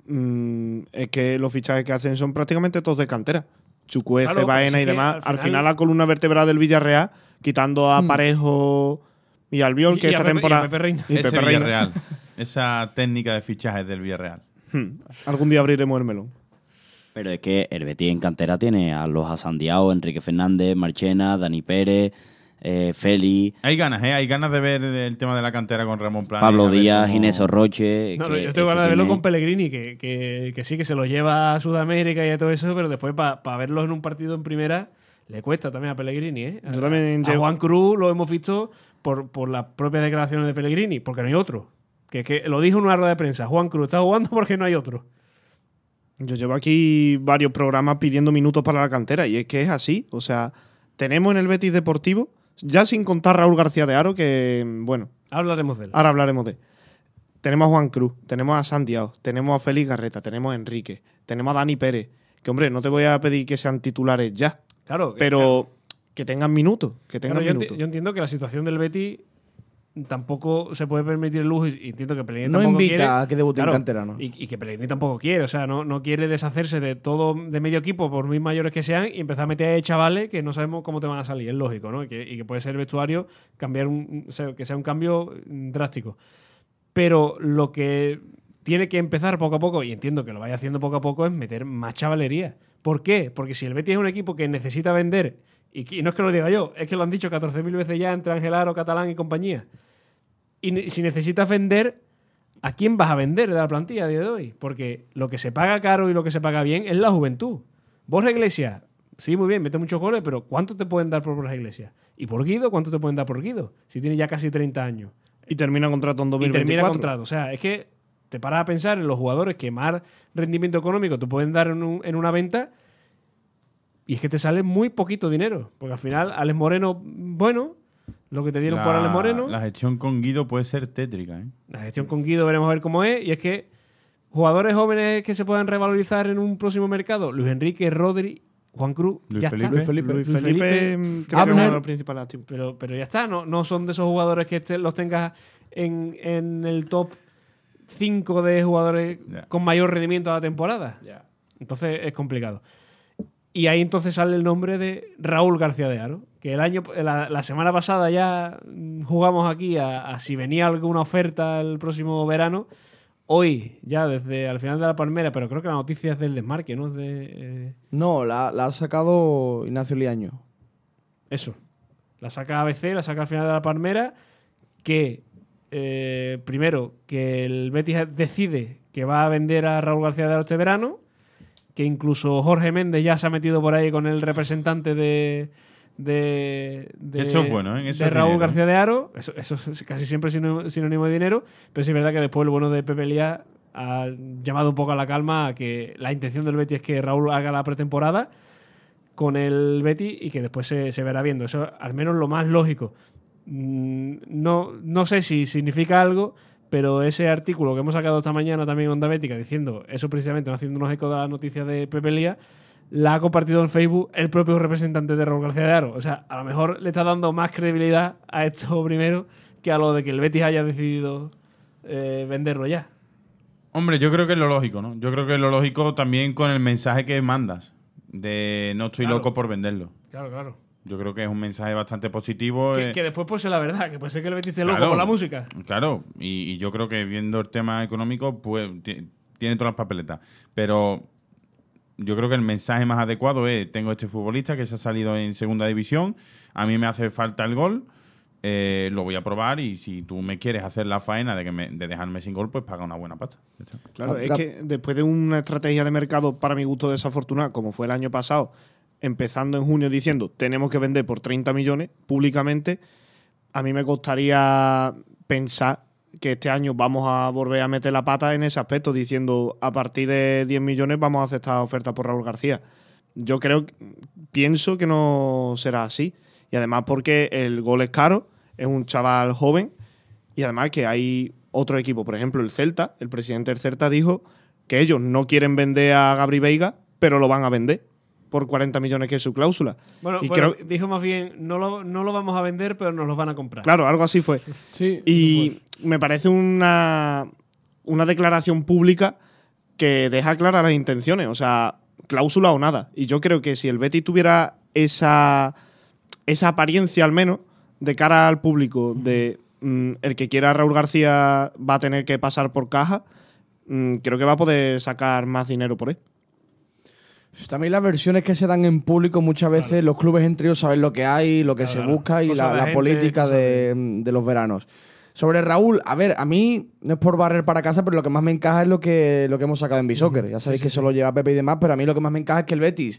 es que los fichajes que hacen son prácticamente todos de cantera. Chukwueze, Claro, Baena pues es y que demás. al Al final- final la columna vertebral del Villarreal, quitando a Parejo y Albiol, que y a esta Pepe- temporada. y a Pepe Reina. y Ese Pepe Reina. Villarreal. Esa técnica de fichajes del Villarreal. Algún día abriremos el melón. Pero es que el Betis en cantera tiene a los asandiados, Enrique Fernández, Marchena, Dani Pérez, Feli, Hay ganas de ver el tema de la cantera con Ramón Planes. Pablo a ver Díaz, cómo- Inés Orroche. No, que- yo es tengo que ganas de verlo tiene- con Pellegrini, que sí, que se lo lleva a Sudamérica y a todo eso, pero después para verlo en un partido en primera le cuesta también a Pellegrini. ¿eh? Yo también a llevo- Juan Cruz lo hemos visto por las propias declaraciones de Pellegrini, porque no hay otro. Que lo dijo en una rueda de prensa. Juan Cruz está jugando porque no hay otro. Yo llevo aquí varios programas pidiendo minutos para la cantera y es que es así. O sea, tenemos en el Betis Deportivo, ya sin contar Raúl García de Haro, que, bueno, Hablaremos de él. ahora hablaremos de él. Tenemos a Juan Cruz, tenemos a Santiago, tenemos a Félix Garreta, tenemos a Enrique, tenemos a Dani Pérez. Que, hombre, no te voy a pedir que sean titulares ya, Claro, pero que tengan minutos. Que claro, tengan yo, minutos. yo entiendo que la situación del Betis tampoco se puede permitir el lujo y entiendo que Pellegrini No tampoco invita quiere. a que debute un Claro, canterano. y que Pellegrini tampoco quiere, o sea, no quiere deshacerse de todo, de medio equipo, por muy mayores que sean, y empezar a meter ahí chavales que no sabemos cómo te van a salir, es lógico, ¿no? Y que puede ser el vestuario, cambiar que sea un cambio drástico. Pero lo que tiene que empezar poco a poco, y entiendo que lo vaya haciendo poco a poco, es meter más chavalería. ¿Por qué? Porque si el Betis es un equipo que necesita vender, y no es que lo diga yo, es que lo han dicho 14.000 veces ya entre Angelaro, Catalán y compañía. Y si necesitas vender, ¿a quién vas a vender de la plantilla a día de hoy? Porque lo que se paga caro y lo que se paga bien es la juventud. Borja Iglesias, sí, muy bien, mete muchos goles, pero ¿cuánto te pueden dar por Borja Iglesias? ¿Y por Guido? ¿Cuánto te pueden dar por Guido? Si tiene ya casi 30 años. Y termina contrato en Y 2024. termina contrato. O sea, es que te paras a pensar en los jugadores que más rendimiento económico te pueden dar en una venta y es que te sale muy poquito dinero. Porque al final, Alex Moreno, bueno, lo que te dieron por Alex Moreno. La gestión con Guido puede ser tétrica, ¿eh? La gestión con Guido veremos a ver cómo es. Y es que jugadores jóvenes que se puedan revalorizar en un próximo mercado, Luis Enrique, Rodri, Juan Cruz, Luis ya Felipe. está. Luis Felipe. Luis Felipe, creo que Abner. es el principal activo. Pero ya está, no son de esos jugadores que los tengas en el top 5 de jugadores Ya. con mayor rendimiento a la temporada. Entonces es complicado. Y ahí entonces sale el nombre de Raúl García de Haro, que la semana pasada ya jugamos aquí a si venía alguna oferta el próximo verano. Hoy, ya desde al final de la Palmera, pero creo que la noticia es del Desmarque, ¿no? Es de No, la ha sacado Ignacio Liaño. eso. La saca ABC, la saca al final de la Palmera, que primero, que el Betis decide que va a vender a Raúl García de Haro este verano, que incluso Jorge Méndez ya se ha metido por ahí con el representante de Eso es bueno, ¿eh? Eso de es Raúl dinero. García de Haro. Eso es casi siempre sinónimo de dinero, pero sí es verdad que después el bueno de Pepe Lía ha llamado un poco a la calma a que la intención del Betis es que Raúl haga la pretemporada con el Betis y que después se verá viendo. Eso al menos lo más lógico. No sé si significa algo, pero ese artículo que hemos sacado esta mañana también en Onda Bética diciendo eso precisamente, haciéndonos eco de la noticia de Pepe Lía, la ha compartido en Facebook el propio representante de Raúl García de Haro. O sea, a lo mejor le está dando más credibilidad a esto primero que a lo de que el Betis haya decidido venderlo ya. Hombre, yo creo que es lo lógico, ¿no? Yo creo que es lo lógico también con el mensaje que mandas de no estoy loco por venderlo. Claro. Yo creo que es un mensaje bastante positivo. Que después puede ser la verdad, que puede ser que el Betis esté Claro, loco por la música. Claro, y yo creo que viendo el tema económico, pues tiene todas las papeletas. Pero yo creo que el mensaje más adecuado es: tengo este futbolista que se ha salido en segunda división, a mí me hace falta el gol, lo voy a probar, y si tú me quieres hacer la faena de dejarme sin gol, pues paga una buena pasta. Claro, es que después de una estrategia de mercado, para mi gusto, desafortunada, como fue el año pasado, empezando en junio diciendo tenemos que vender por 30 millones públicamente, a mí me costaría pensar que este año vamos a volver a meter la pata en ese aspecto, diciendo a partir de 10 millones vamos a aceptar ofertas por Raúl García. Yo pienso que no será así. Y además porque el gol es caro, es un chaval joven, y además que hay otro equipo, por ejemplo el Celta, el presidente del Celta dijo que ellos no quieren vender a Gabri Veiga, pero lo van a vender por 40 millones, que es su cláusula. Bueno, dijo más bien, no lo vamos a vender, pero nos lo van a comprar. Claro, algo así fue. Sí, y me parece una declaración pública que deja claras las intenciones, o sea, cláusula o nada. Y yo creo que si el Betis tuviera esa apariencia al menos de cara al público de el que quiera a Raúl García va a tener que pasar por caja, creo que va a poder sacar más dinero por él. También las versiones que se dan en público muchas veces, los clubes entre ellos saben lo que hay, lo que se busca y la política de los veranos. Sobre Raúl, a ver, a mí no es por barrer para casa, pero lo que más me encaja es lo que hemos sacado en Bisoccer. Ya sabéis que eso lo lleva Pepe y demás, pero a mí lo que más me encaja es que el Betis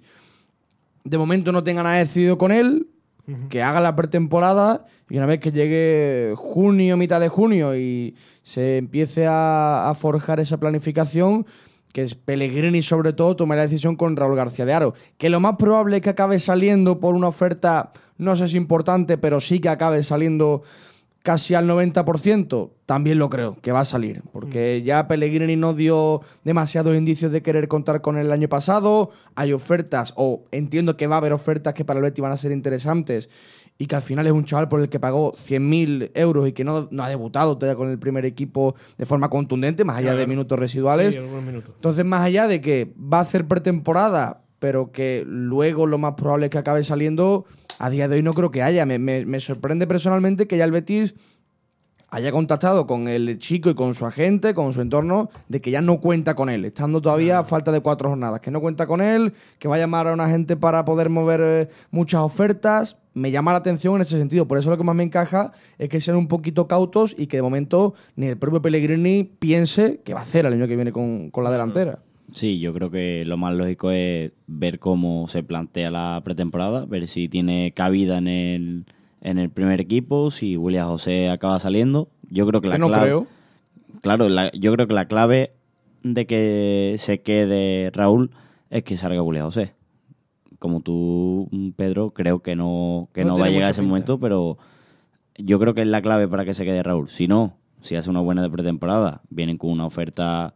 de momento no tenga nada decidido con él, que haga la pretemporada, y una vez que llegue junio, mitad de junio, y se empiece a forjar esa planificación, que es Pellegrini sobre todo, tome la decisión con Raúl García de Haro. Que lo más probable es que acabe saliendo por una oferta, no sé si importante, pero sí que acabe saliendo casi al 90%, también lo creo, que va a salir. Porque ya Pellegrini no dio demasiados indicios de querer contar con él el año pasado. Hay ofertas, o entiendo que va a haber ofertas que para el Betis van a ser interesantes, y que al final es un chaval por el que pagó 100.000 euros y que no ha debutado todavía con el primer equipo de forma contundente, más allá de minutos residuales. Sí, algunos minutos. Entonces, más allá de que va a hacer pretemporada, pero que luego lo más probable es que acabe saliendo, a día de hoy no creo que haya. Me sorprende personalmente que ya el Betis haya contactado con el chico y con su agente, con su entorno, de que ya no cuenta con él, estando todavía a falta de 4 jornadas, que no cuenta con él, que va a llamar a un agente para poder mover muchas ofertas. Me llama la atención en ese sentido. Por eso lo que más me encaja es que sean un poquito cautos y que de momento ni el propio Pellegrini piense que va a hacer el año que viene con la delantera. Sí, yo creo que lo más lógico es ver cómo se plantea la pretemporada, ver si tiene cabida en el primer equipo, si William José acaba saliendo. Yo creo que la clave... creo. Claro, yo creo que la clave de que se quede Raúl es que salga William José. Como tú, Pedro, creo que no va a llegar a ese momento, pero yo creo que es la clave para que se quede Raúl. Si no, si hace una buena de pretemporada, vienen con una oferta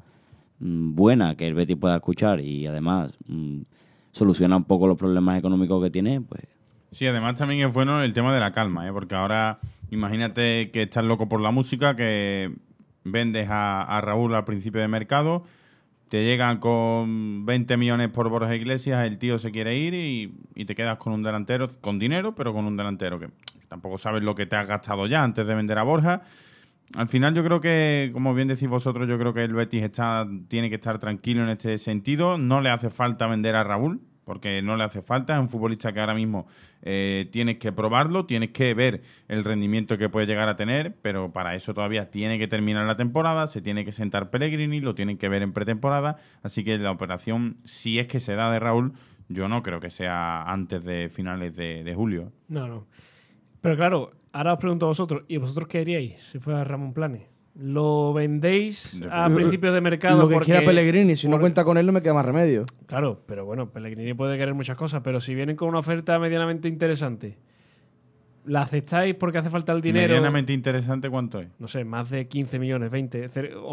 buena que el Betis pueda escuchar y además soluciona un poco los problemas económicos que tiene, pues... Sí, además también es bueno el tema de la calma, porque ahora imagínate que estás loco por la música, que vendes a Raúl al principio de mercado, te llegan con 20 millones por Borja Iglesias, el tío se quiere ir y te quedas con un delantero, con dinero, pero con un delantero que tampoco sabes lo que te has gastado ya antes de vender a Borja. Al final yo creo que, como bien decís vosotros, yo creo que el Betis tiene que estar tranquilo en este sentido. No le hace falta vender a Raúl, porque no le hace falta. Es un futbolista que ahora mismo tienes que probarlo, tienes que ver el rendimiento que puede llegar a tener, pero para eso todavía tiene que terminar la temporada, se tiene que sentar Pellegrini, lo tienen que ver en pretemporada, así que la operación, si es que se da de Raúl, yo no creo que sea antes de finales de julio. No. Pero claro, ahora os pregunto a vosotros, ¿y vosotros qué haríais si fuera Ramón Planes? ¿Lo vendéis a principios de mercado? Lo que quiera Pellegrini, si no cuenta con él no me queda más remedio. Claro, pero bueno, Pellegrini puede querer muchas cosas, pero si vienen con una oferta medianamente interesante, ¿La aceptáis porque hace falta el dinero? Medianamente interesante, ¿cuánto es? No sé, más de 15 millones, 20,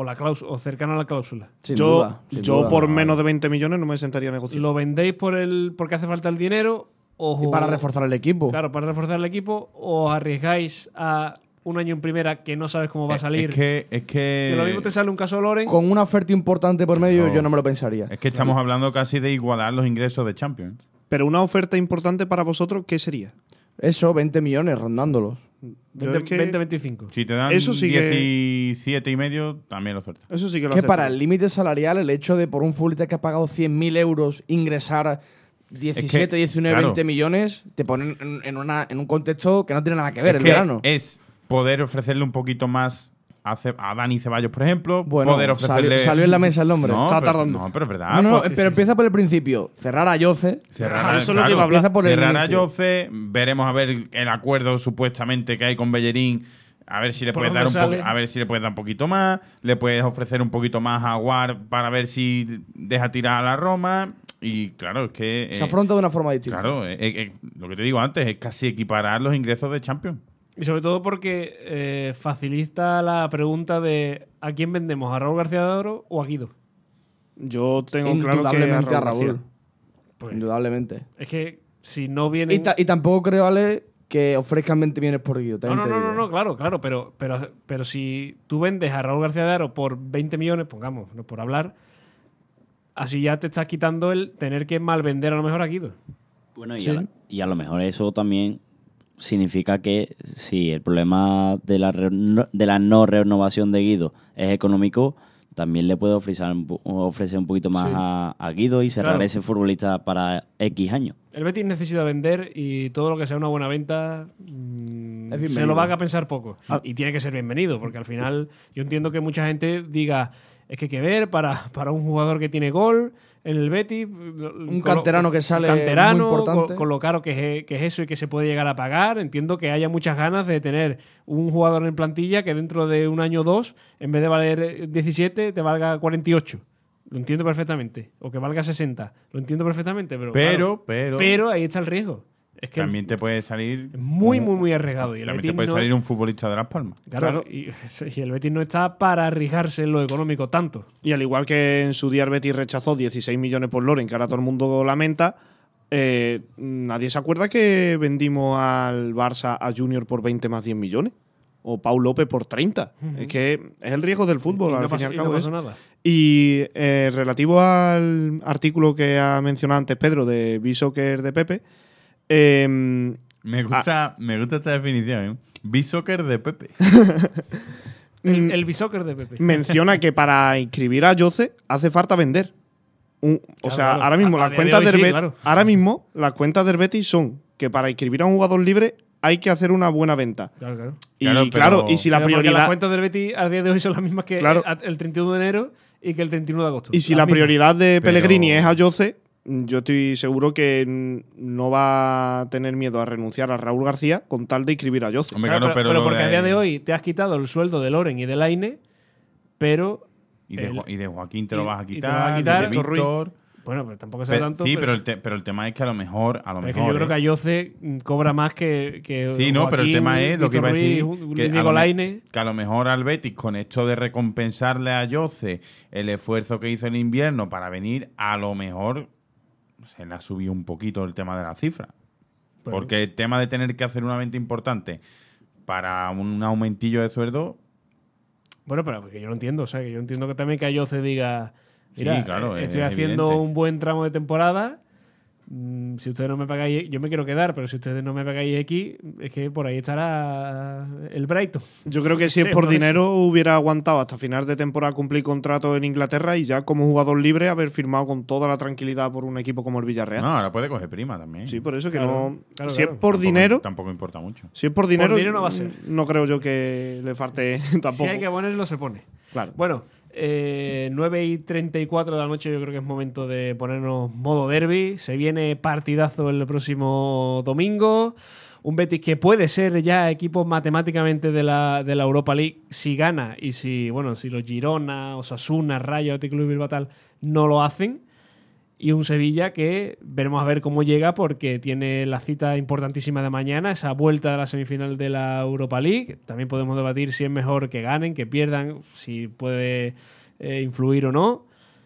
o cercano a la cláusula. Sin Yo duda, sin duda. por menos de 20 millones no me sentaría a negociar. ¿Lo vendéis porque hace falta el dinero? Y para reforzar el equipo. Claro, para reforzar el equipo, o os arriesgáis a un año en primera que no sabes cómo va a salir. Es que lo mismo te sale un caso Loren. Con una oferta importante por medio, No. yo no me lo pensaría. Es que estamos hablando casi de igualar los ingresos de Champions. Pero una oferta importante para vosotros, ¿qué sería? Eso, 20 millones rondándolos. Yo es que 20-25. Si te dan Eso sí que- 17 y medio, también lo sueltas. eso sí que lo Que acepto. para el límite salarial, el hecho de por un futbolista que ha pagado 100.000 euros ingresar 17, 19, claro. 20 millones, te ponen en un contexto que no tiene nada que ver Es el que verano. es poder ofrecerle un poquito más a Dani Ceballos, por ejemplo. Bueno, poder ofrecerle... salió en la mesa el nombre. No, Está pero, tardando. No, pero es verdad. No, pues, pero empieza por el principio. Cerrar a Yoce. cerrar eso es lo que iba a hablar. Empieza por el cerrar a inicio. Yoce, veremos a ver el acuerdo supuestamente que hay con Bellerín. A ver si le ¿Por puedes dónde dar sale? a ver si le puedes dar un poquito más, le puedes ofrecer un poquito más a Aguar para ver si deja tirar a la Roma. Y claro, es que Se afronta de una forma distinta. claro, lo que te digo antes es casi equiparar los ingresos de Champions. Y sobre todo porque facilita la pregunta de ¿a quién vendemos? ¿A Raúl García de Oro o a Guido? Yo tengo claro que Indudablemente a Raúl. García. Pues, Indudablemente. es que si no vienen... Y tampoco creo, Ale, que ofrezcan 20 millones por Guido. No, también te digo. no, claro, pero si tú vendes a Raúl García de Aro por 20 millones, pongamos, no por hablar, así ya te estás quitando el tener que mal vender a lo mejor a Guido. Bueno, Sí. y a lo mejor eso también significa que si el problema de de la no renovación de Guido es económico, también le puede ofrecer un poquito más Sí. a Guido y cerrar Claro. ese futbolista para X años. El Betis necesita vender y todo lo que sea una buena venta Es se bienvenido. lo van a pensar poco. Ah. Y tiene que ser bienvenido, porque al final yo entiendo que mucha gente diga es que hay que ver para un jugador que tiene gol en el Betis. Un canterano que sale muy importante. Con lo caro que es eso y que se puede llegar a pagar. Entiendo que haya muchas ganas de tener un jugador en plantilla que dentro de un año o dos, en vez de valer 17, te valga 48. Lo entiendo perfectamente. O que valga 60. Lo entiendo perfectamente, pero pero ahí está el riesgo. Es que también te puede salir es muy arriesgado. Y el también Betis te puede no- salir un futbolista de Las Palmas. Claro, y el Betis no está para arriesgarse en lo económico tanto. Y al igual que en su día el Betis rechazó 16 millones por Loren, que ahora todo el mundo lamenta, nadie se acuerda que vendimos al Barça a Junior por 20 más 10 millones. O Pau López por 30. Es que es el riesgo del fútbol, Y al no fin y pasó, al y cabo. no es. pasó nada. Y relativo al artículo que ha mencionado antes Pedro de B-Soccer de Pepe, Me gusta esta definición, ¿eh? B-Soccer de Pepe. El bisoccer de Pepe. menciona que para inscribir a Yoce hace falta vender. O sea, claro. ahora mismo A las día de cuentas hoy del sí, Betis, claro. ahora mismo las cuentas del Betis son que para inscribir a un jugador libre hay que hacer una buena venta. Claro. Y Claro, pero- claro, y si la Pero porque prioridad las cuentas del Betis a día de hoy son las mismas que Claro. el 31 de enero y que el 31 de agosto. y si Las la mismas. prioridad de Pero- Pellegrini es a Yoce, yo estoy seguro que no va a tener miedo a renunciar a Raúl García con tal de inscribir a Yoce. Hombre, Claro, claro, pero lo porque a día de hoy te has quitado el sueldo de Loren y de Laine, pero Y de Joaquín te lo vas a y te quitar. lo vas a quitar. de Víctor. bueno, pero tampoco sea tanto. Sí, pero el tema es que a lo mejor. pero es que yo creo que Ayoce cobra más que Sí, no, pero el Joaquín, tema es lo que iba a decir. Víctor Ruiz, Que Diego Laine. que a lo mejor al Betis, con esto de recompensarle a Yoce el esfuerzo que hizo en invierno para venir, a lo mejor se le ha subido un poquito el tema de la cifra. Bueno. Porque el tema de tener que hacer una venta importante para un aumentillo de sueldo. Bueno, pero porque yo lo entiendo. O sea, que yo entiendo que también que Ayoce diga: Mira, Sí, claro, estoy es haciendo evidente. un buen tramo de temporada. Si ustedes no me pagáis, yo me quiero quedar, pero si ustedes no me pagáis aquí, es que por ahí estará el Brighton. Yo creo que si es Sí, por por eso. dinero hubiera aguantado hasta final de temporada cumplir contrato en Inglaterra y ya como jugador libre haber firmado con toda la tranquilidad por un equipo como el Villarreal. No, ahora puede coger prima también. Sí, por eso que Claro, no. claro, si claro. es por Tampoco- dinero, Tampoco importa mucho. si es por dinero, dinero no va a ser. No creo yo que le falte tampoco. Si hay que ponerlo, se pone. Claro. Bueno, 9:34 de la noche, yo creo que es momento de ponernos modo derby. Se viene partidazo el próximo domingo. Un Betis que puede ser ya equipo matemáticamente de la Europa League si gana y si los Girona, Osasuna, Rayo, Athletic Club y Bilbao tal no lo hacen. y un Sevilla que veremos a ver cómo llega, porque tiene la cita importantísima de mañana, esa vuelta de la semifinal de la Europa League. También podemos debatir si es mejor que ganen, que pierdan, si puede influir o no.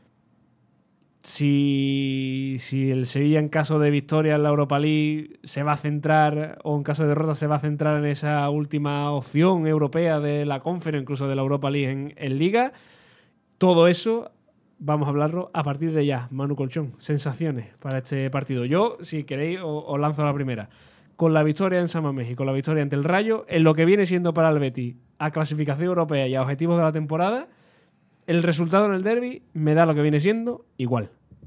Si el Sevilla, en caso de victoria en la Europa League, se va a centrar, o en caso de derrota se va a centrar en esa última opción europea de la Conference, incluso de la Europa League en Liga. Todo eso vamos a hablarlo a partir de ya. Manu Colchón, sensaciones para este partido. Yo, si queréis, os lanzo la primera. Con la victoria en San Mamés y con la victoria ante el Rayo, en lo que viene siendo para el Betis a clasificación europea y a objetivos de la temporada, el resultado en el derbi me da lo que viene siendo igual.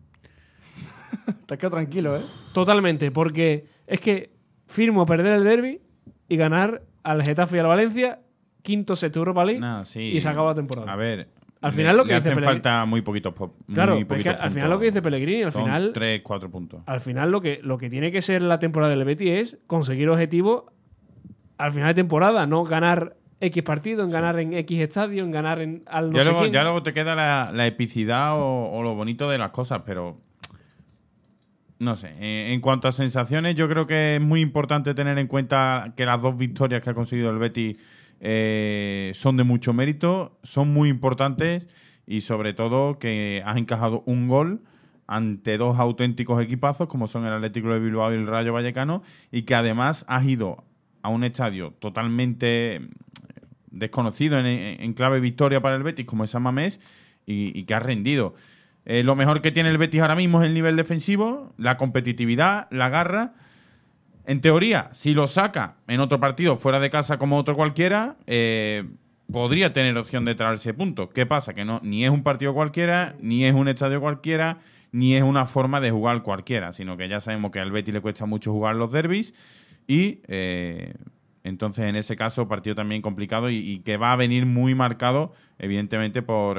Te has quedado tranquilo, ¿eh? Totalmente, porque es que firmo perder el derbi y ganar al Getafe y al Valencia, quinto set Europa League, y se acaba la temporada. A ver, al final lo que le dice hacen Pellegrini, falta muy poquitos claro, muy es que poquitos al final puntos. lo que dice Pellegrini, al Son final 3-4 puntos. Al final lo que tiene que ser la temporada del Betis es conseguir objetivos al final de temporada, no ganar X partido, en ganar en X estadio, en ganar al no sé quién. Ya luego te queda la epicidad o lo bonito de las cosas, pero no sé. En cuanto a sensaciones, yo creo que es muy importante tener en cuenta que las 2 victorias que ha conseguido el Betis son de mucho mérito, son muy importantes, y sobre todo que has encajado un gol ante 2 auténticos equipazos como son el Atlético de Bilbao y el Rayo Vallecano, y que además has ido a un estadio totalmente desconocido en clave victoria para el Betis como es San Mamés, y que has rendido. Lo mejor que tiene el Betis ahora mismo es el nivel defensivo, la competitividad, la garra. En teoría, si lo saca en otro partido fuera de casa como otro cualquiera, podría tener opción de traerse puntos. ¿Qué pasa? Que no, ni es un partido cualquiera, ni es un estadio cualquiera, ni es una forma de jugar cualquiera, sino que ya sabemos que al Betis le cuesta mucho jugar los derbis, y entonces en ese caso partido también complicado, y que va a venir muy marcado evidentemente por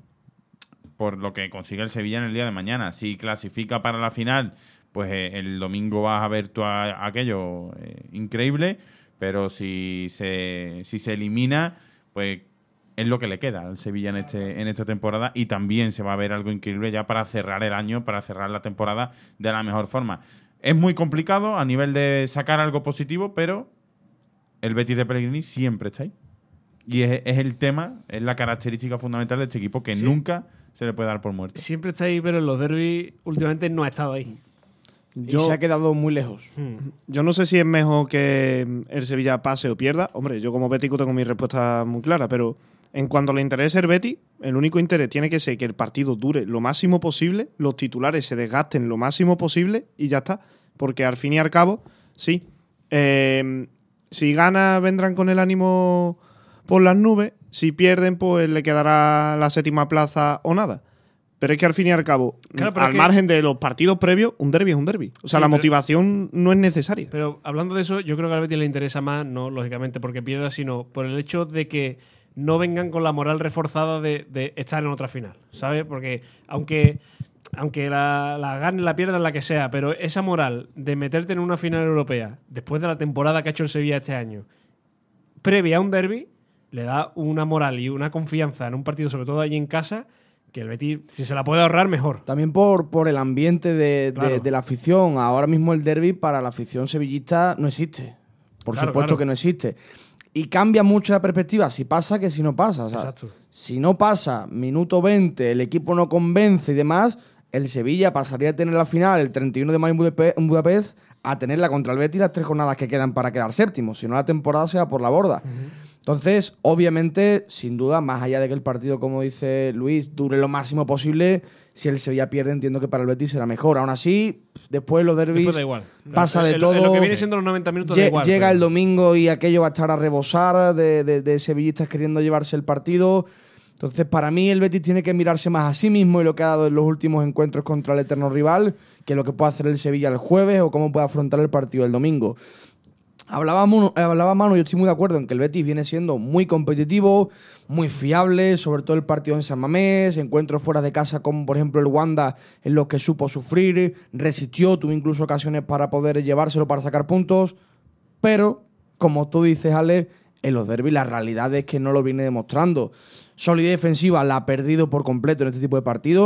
lo que consiga el Sevilla en el día de mañana. Si clasifica para la final, pues el domingo vas a ver tú aquello increíble, pero si se elimina, pues es lo que le queda al Sevilla en esta temporada, y también se va a ver algo increíble ya para cerrar el año, para cerrar la temporada de la mejor forma. Es muy complicado a nivel de sacar algo positivo, pero el Betis de Pellegrini siempre está ahí. Y es el tema, es la característica fundamental de este equipo, que nunca se le puede dar por muerto. Siempre está ahí, pero en los derbis últimamente no ha estado ahí. Y se ha quedado muy lejos. Yo no sé si es mejor que el Sevilla pase o pierda. Hombre, yo como bético tengo mi respuesta muy clara, pero en cuanto le interese el Betis, el único interés tiene que ser que el partido dure lo máximo posible, los titulares se desgasten lo máximo posible y ya está. Porque al fin y al cabo, sí, si gana vendrán con el ánimo por las nubes, si pierden pues le quedará la 7ª plaza o nada. Pero es que al fin y al cabo, al margen de los partidos previos, un derbi es un derbi. O sea, la motivación no es necesaria. Pero hablando de eso, yo creo que al Betis le interesa más, no lógicamente porque pierda, sino por el hecho de que no vengan con la moral reforzada de estar en otra final, ¿sabes? Porque aunque la ganen, la pierdan, la que sea, pero esa moral de meterte en una final europea después de la temporada que ha hecho el Sevilla este año, previa a un derbi, le da una moral y una confianza en un partido, sobre todo allí en casa, que el Betis, si se la puede ahorrar, mejor. También por el ambiente de la afición. Ahora mismo el derbi para la afición sevillista no existe. Por supuesto que no existe. Y cambia mucho la perspectiva si pasa que si no pasa. O sea, exacto. Si no pasa, minuto 20, el equipo no convence y demás, el Sevilla pasaría a tener la final el 31 de mayo en Budapest a tenerla contra el Betis las 3 jornadas que quedan para quedar séptimo. Si no, la temporada se va por la borda. Entonces, obviamente, sin duda, más allá de que el partido, como dice Luis, dure lo máximo posible, si el Sevilla pierde, entiendo que para el Betis será mejor. Aún así, después los derbis da igual. Pasa de todo. Lo que viene siendo los 90 minutos da igual. Llega el domingo y aquello va a estar a rebosar de sevillistas queriendo llevarse el partido. Entonces, para mí, el Betis tiene que mirarse más a sí mismo y lo que ha dado en los últimos encuentros contra el eterno rival, que lo que puede hacer el Sevilla el jueves o cómo puede afrontar el partido el domingo. Hablaba Manu, yo estoy muy de acuerdo en que el Betis viene siendo muy competitivo, muy fiable, sobre todo el partido en San Mamés, encuentros fuera de casa como por ejemplo el Wanda, en los que supo sufrir, resistió, tuvo incluso ocasiones para poder llevárselo, para sacar puntos, pero como tú dices, Ale, en los derbis la realidad es que no lo viene demostrando. Solidez defensiva la ha perdido por completo en este tipo de partidos.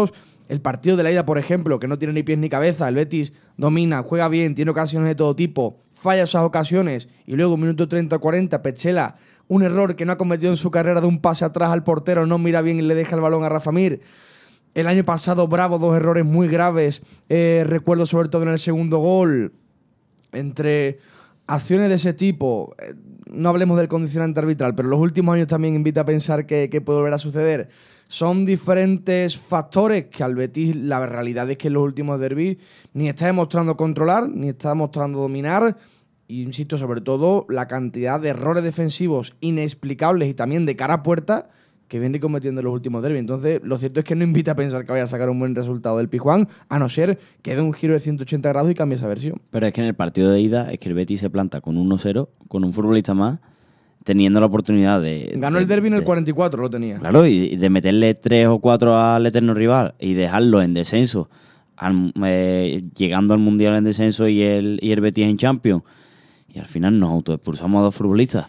El partido de la ida, por ejemplo, que no tiene ni pies ni cabeza, el Betis domina, juega bien, tiene ocasiones de todo tipo, falla esas ocasiones y luego minuto 30-40, Petzela, un error que no ha cometido en su carrera de un pase atrás al portero, no mira bien y le deja el balón a Rafa Mir. El año pasado, Bravo, 2 errores muy graves, recuerdo sobre todo en el segundo gol, entre acciones de ese tipo. No hablemos del condicionante arbitral, pero los últimos años también invita a pensar que puede volver a suceder. Son diferentes factores que al Betis la realidad es que en los últimos derbis ni está demostrando controlar, ni está demostrando dominar. Y insisto, sobre todo, la cantidad de errores defensivos inexplicables y también de cara a puerta que viene cometiendo en los últimos derbis. Entonces, lo cierto es que no invita a pensar que vaya a sacar un buen resultado del Pizjuán, a no ser que dé un giro de 180 grados y cambie esa versión. Pero es que en el partido de ida es que el Betis se planta con 1-0, con un futbolista más, teniendo la oportunidad de... Ganó el derbi en el 44, lo tenía. Claro, y de meterle 3 o 4 al eterno rival y dejarlo en descenso, llegando al Mundial en descenso y el Betis en Champions. Y al final nos autoexpulsamos a 2 futbolistas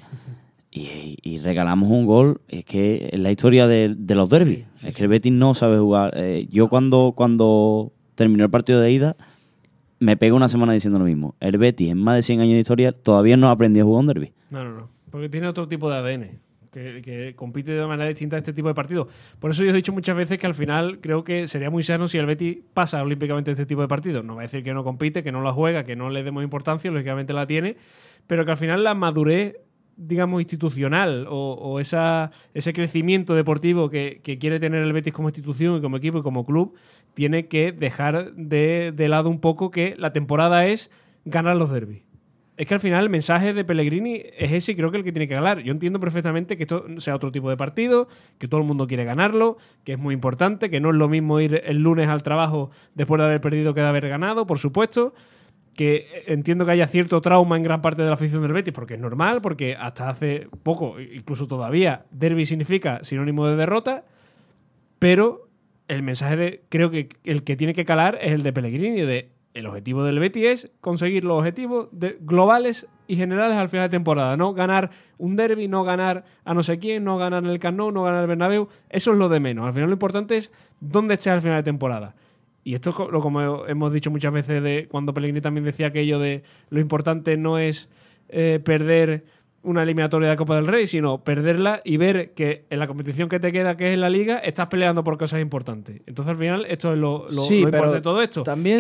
y regalamos un gol. Es que es la historia de los derbis. Sí, es que el Betis no sabe jugar. Yo cuando terminó el partido de ida me pego una semana diciendo lo mismo. El Betis en más de 100 años de historia todavía no ha aprendido a jugar un derbi. No. Porque tiene otro tipo de ADN. Que compite de manera distinta a este tipo de partidos. Por eso yo he dicho muchas veces que al final creo que sería muy sano si el Betis pasa olímpicamente este tipo de partidos. No va a decir que no compite, que no la juega, que no le demos importancia, lógicamente la tiene, pero que al final la madurez, digamos, institucional o ese crecimiento deportivo que quiere tener el Betis como institución y como equipo y como club, tiene que dejar de lado un poco que la temporada es ganar los derbis. Es que al final el mensaje de Pellegrini es ese y creo que el que tiene que ganar. Yo entiendo perfectamente que esto sea otro tipo de partido, que todo el mundo quiere ganarlo, que es muy importante, que no es lo mismo ir el lunes al trabajo después de haber perdido que de haber ganado, por supuesto. Que entiendo que haya cierto trauma en gran parte de la afición del Betis, porque es normal, porque hasta hace poco, incluso todavía, derbi significa sinónimo de derrota, pero el mensaje creo que el que tiene que calar es el de Pellegrini, el objetivo del Betis es conseguir los objetivos globales y generales al final de temporada. No ganar un derbi, no ganar a no sé quién, no ganar en el Camp Nou, no ganar el Bernabéu. Eso es lo de menos. Al final lo importante es dónde estés al final de temporada. Y esto es como hemos dicho muchas veces de cuando Pellegrini también decía aquello de lo importante no es perder una eliminatoria de Copa del Rey, sino perderla y ver que en la competición que te queda, que es en la Liga, estás peleando por cosas importantes. Entonces, al final, esto es lo importante de todo esto. También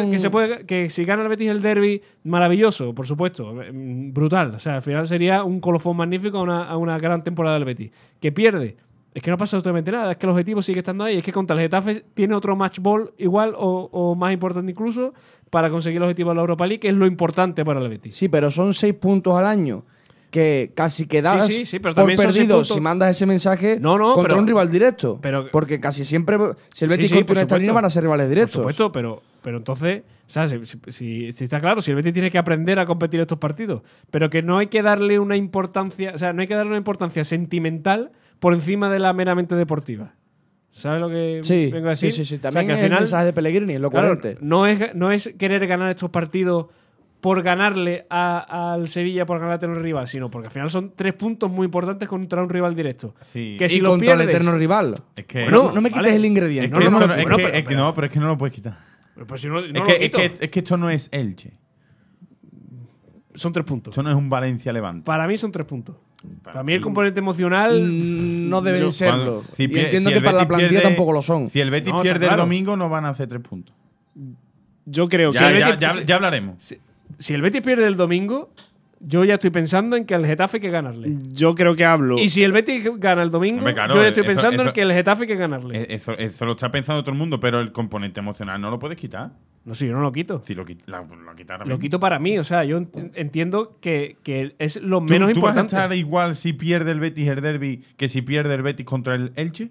que si gana el Betis el derbi, maravilloso, por supuesto, brutal. O sea, al final sería un colofón magnífico a una gran temporada del Betis. Que pierde, es que no pasa absolutamente nada, es que el objetivo sigue estando ahí, es que contra el Getafe tiene otro match ball igual o más importante incluso para conseguir el objetivo de la Europa League, que es lo importante para el Betis. Sí, pero son 6 puntos al año que casi quedas pero por perdido si mandas ese mensaje contra un rival directo. Porque casi siempre, si el Betis continúa esta línea, van a ser rivales directos. Por supuesto, pero entonces, ¿sabes? Si está claro, si el Betis tiene que aprender a competir estos partidos, pero que no hay que darle una importancia, o sea, no hay que darle una importancia sentimental por encima de la meramente deportiva. ¿Sabes lo que vengo a decir? Sí. También que al final, el mensaje de Pellegrini es lo coherente. No es querer ganar estos partidos por ganarle al Sevilla, por ganarle a tener rival, sino porque al final son 3 puntos muy importantes contra un rival directo. Sí. Que si y los contra pierdes, el eterno rival. Es que, no me quites el ingrediente. Pero es que no lo puedes quitar. Pues si no, es que esto no es Elche. Son 3 puntos. Esto no es un Valencia-Levante. Para mí son 3 puntos. Para mí el componente emocional no deben serlo. Y entiendo que para la plantilla tampoco lo son. Si el Betis pierde el domingo, no van a hacer 3 puntos. Yo creo que... Ya hablaremos. Si el Betis pierde el domingo, yo ya estoy pensando en que al Getafe hay que ganarle. Yo creo que hablo... Y si el Betis gana el domingo, yo ya estoy pensando en que el Getafe hay que ganarle. Eso lo está pensando todo el mundo, pero el componente emocional no lo puedes quitar. No, si yo no lo quito. Si lo quitas lo quito para mí. O sea, yo entiendo que es lo menos importante. ¿Tú vas a estar igual si pierde el Betis el derbi que si pierde el Betis contra el Elche?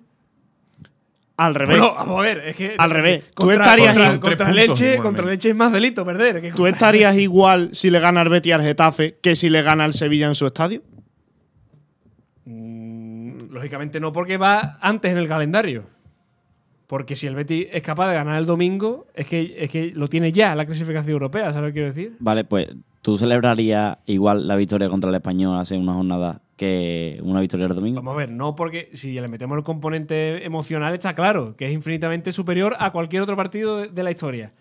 Al revés. Bueno, vamos a ver, es que al revés. Contra el Elche es más delito perder. ¿Tú estarías igual si le gana el Betis al Getafe que si le gana al Sevilla en su estadio? Lógicamente no, porque va antes en el calendario. Porque si el Betis es capaz de ganar el domingo, es que lo tiene ya la clasificación europea, ¿sabes lo que quiero decir? Vale, pues tú celebrarías igual la victoria contra el Español hace una jornada que una victoria el domingo. Vamos a ver, no porque si le metemos el componente emocional está claro que es infinitamente superior a cualquier otro partido de la historia.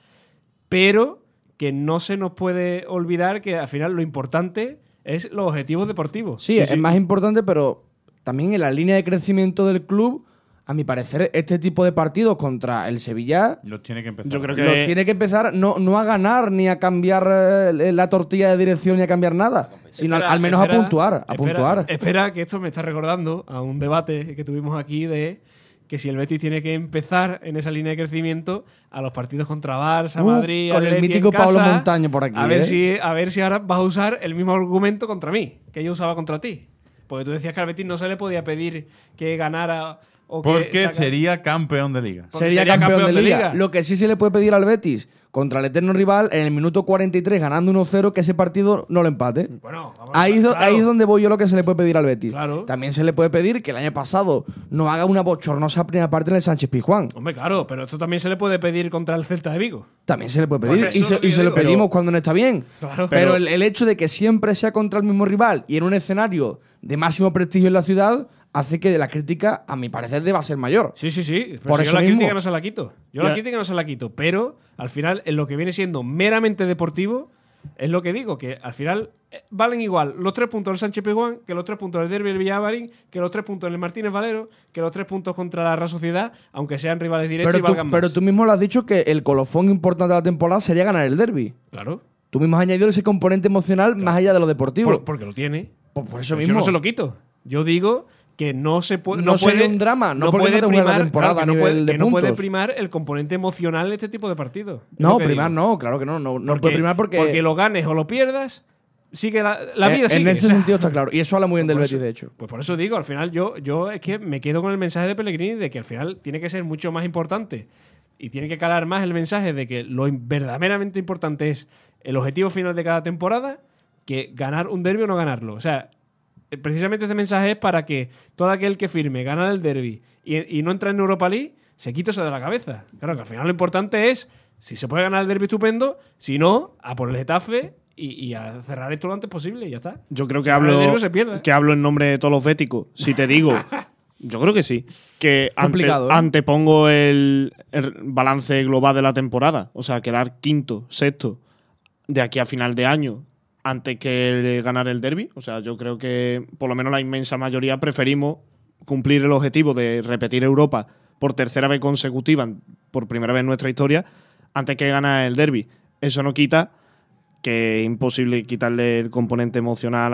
Pero que no se nos puede olvidar que al final lo importante es los objetivos deportivos. Sí, es más importante, pero también en la línea de crecimiento del club, a mi parecer, este tipo de partidos contra el Sevilla Los tiene que empezar. Yo creo lo tiene que empezar no a ganar ni a cambiar la tortilla de dirección ni a cambiar nada, sino al menos a puntuar. Espera, que esto me está recordando a un debate que tuvimos aquí de que si el Betis tiene que empezar en esa línea de crecimiento a los partidos contra Barça, Madrid, con el Atleti mítico en casa, Pablo Montaño por aquí. a ver si ahora vas a usar el mismo argumento contra mí que yo usaba contra ti. Porque tú decías que al Betis no se le podía pedir que ganara o que Porque sería campeón de liga. Sería campeón de liga. Lo que sí se le puede pedir al Betis contra el eterno rival en el minuto 43 ganando 1-0 que ese partido no lo empate. Bueno, vamos, ahí es donde voy yo lo que se le puede pedir al Betis. Claro. También se le puede pedir que el año pasado no haga una bochornosa primera parte en el Sánchez Pizjuán. Hombre, claro, pero esto también se le puede pedir contra el Celta de Vigo. También se le puede pedir. Pues eso es lo que Y yo se lo digo. pedimos cuando no está bien. Claro. Pero el hecho de que siempre sea contra el mismo rival y en un escenario de máximo prestigio en la ciudad hace que la crítica, a mi parecer, deba ser mayor. Sí. Pero Por si eso yo la mismo. crítica no se la quito. La crítica no se la quito. Pero al final, en lo que viene siendo meramente deportivo, es lo que digo, que al final valen igual los 3 puntos del Sánchez Pizjuán, que los 3 puntos del Derbi del Villamarín, que los 3 puntos del Martínez Valero, que los 3 puntos contra la Real Sociedad, aunque sean rivales directos y valgan más. Pero tú mismo lo has dicho que el colofón importante de la temporada sería ganar el derbi. Claro. Tú mismo has añadido ese componente emocional más allá de lo deportivo. Porque lo tiene. Por eso Pues mismo. yo no se lo quito. Yo digo que no se puede. No sería un drama, no porque no te juegue la temporada claro, a nivel de que no puede puntos. primar el componente emocional de este tipo de partidos. Es No, lo que primar digo. no, claro que no. No puede primar porque lo ganes o lo pierdas, sigue la vida sigue. en ese O sea, sentido está claro. Y eso habla muy bien del por Betis, eso- de hecho. Pues por eso digo, al final yo es que me quedo con el mensaje de Pellegrini de que al final tiene que ser mucho más importante y tiene que calar más el mensaje de que lo verdaderamente importante es el objetivo final de cada temporada que ganar un derbi o no ganarlo. O sea, precisamente este mensaje es para que todo aquel que firme ganar el derbi y no entrar en Europa League se quite eso de la cabeza. Claro que al final lo importante es, si se puede ganar el derbi estupendo, si no, a por el Getafe y a cerrar esto lo antes posible y ya está. Yo creo Si que no, el hablo, derbi se pierde. que hablo en nombre de todos los béticos. Si te digo, yo creo que sí. Que Complicado, ¿eh? antepongo el balance global de la temporada. O sea, quedar quinto, sexto de aquí a final de año antes que ganar el derbi. O sea, yo creo que por lo menos la inmensa mayoría preferimos cumplir el objetivo de repetir Europa por tercera vez consecutiva, por primera vez en nuestra historia, antes que ganar el derbi. Eso no quita que es imposible quitarle el componente emocional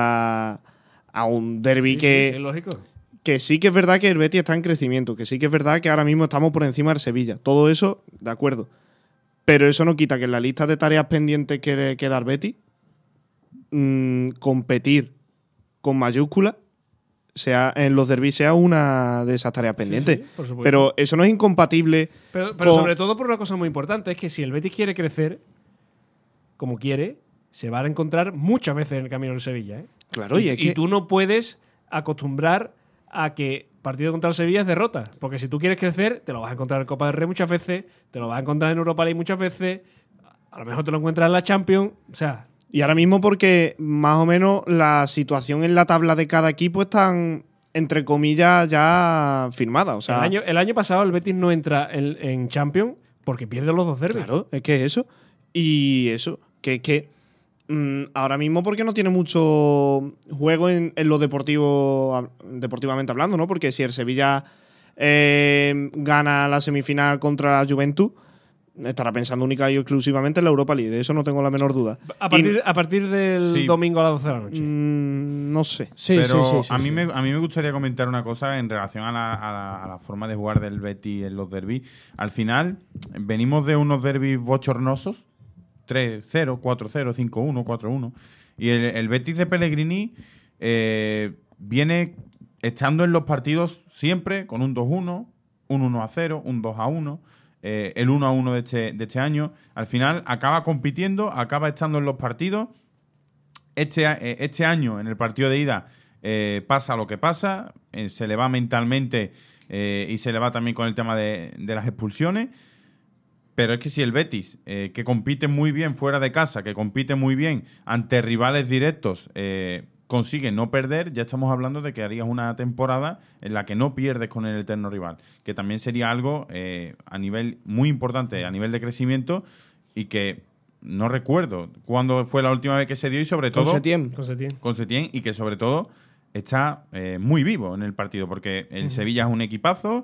a un derbi Sí, que, sí, es lógico. que sí que es verdad que el Betis está en crecimiento, que sí que es verdad que ahora mismo estamos por encima del Sevilla. Todo eso, de acuerdo. Pero eso no quita que en la lista de tareas pendientes que queda el Betis, competir con mayúsculas sea en los derbis sea una de esas tareas pendientes. Sí, por supuesto. Pero eso no es incompatible. Pero con- sobre todo por una cosa muy importante, es que si el Betis quiere crecer, como quiere, se va a encontrar muchas veces en el camino del Sevilla. ¿eh? Claro, y es que tú no puedes acostumbrar a que partido contra el Sevilla es derrota. Porque si tú quieres crecer, te lo vas a encontrar en Copa del Rey muchas veces, te lo vas a encontrar en Europa League muchas veces, a lo mejor te lo encuentras en la Champions. O sea, Y ahora mismo porque más o menos la situación en la tabla de cada equipo están, entre comillas, ya firmada. O sea, el año pasado el Betis no entra en Champions porque pierde los dos derbis. claro, es que es eso. Y eso, que es que ahora mismo porque no tiene mucho juego en lo deportivo, deportivamente hablando, ¿no? Porque si el Sevilla gana la semifinal contra la Juventus, estará pensando única y exclusivamente en la Europa League. De eso no tengo la menor duda. A partir del Sí. domingo a las 12 de la noche. No sé. Sí, Pero sí. a mí me gustaría comentar una cosa en relación a la forma de jugar del Betis en los derbis. Al final, venimos de unos derbis bochornosos, 3-0, 4-0, 5-1, 4-1. Y el Betis de Pellegrini viene estando en los partidos siempre con un 2-1, un 1-0, un 2-1. El 1-1 de este año. Al final acaba compitiendo, acaba estando en los partidos. Este año, en el partido de ida, pasa lo que pasa, se le va mentalmente y se le va también con el tema de las expulsiones. Pero es que si el Betis, que compite muy bien fuera de casa, que compite muy bien ante rivales directos, consigue no perder, ya estamos hablando de que harías una temporada en la que no pierdes con el eterno rival, que también sería algo a nivel muy importante, a nivel de crecimiento, y que no recuerdo cuándo fue la última vez que se dio, y sobre todo con Setién, y que sobre todo está muy vivo en el partido, porque el Sevilla es un equipazo,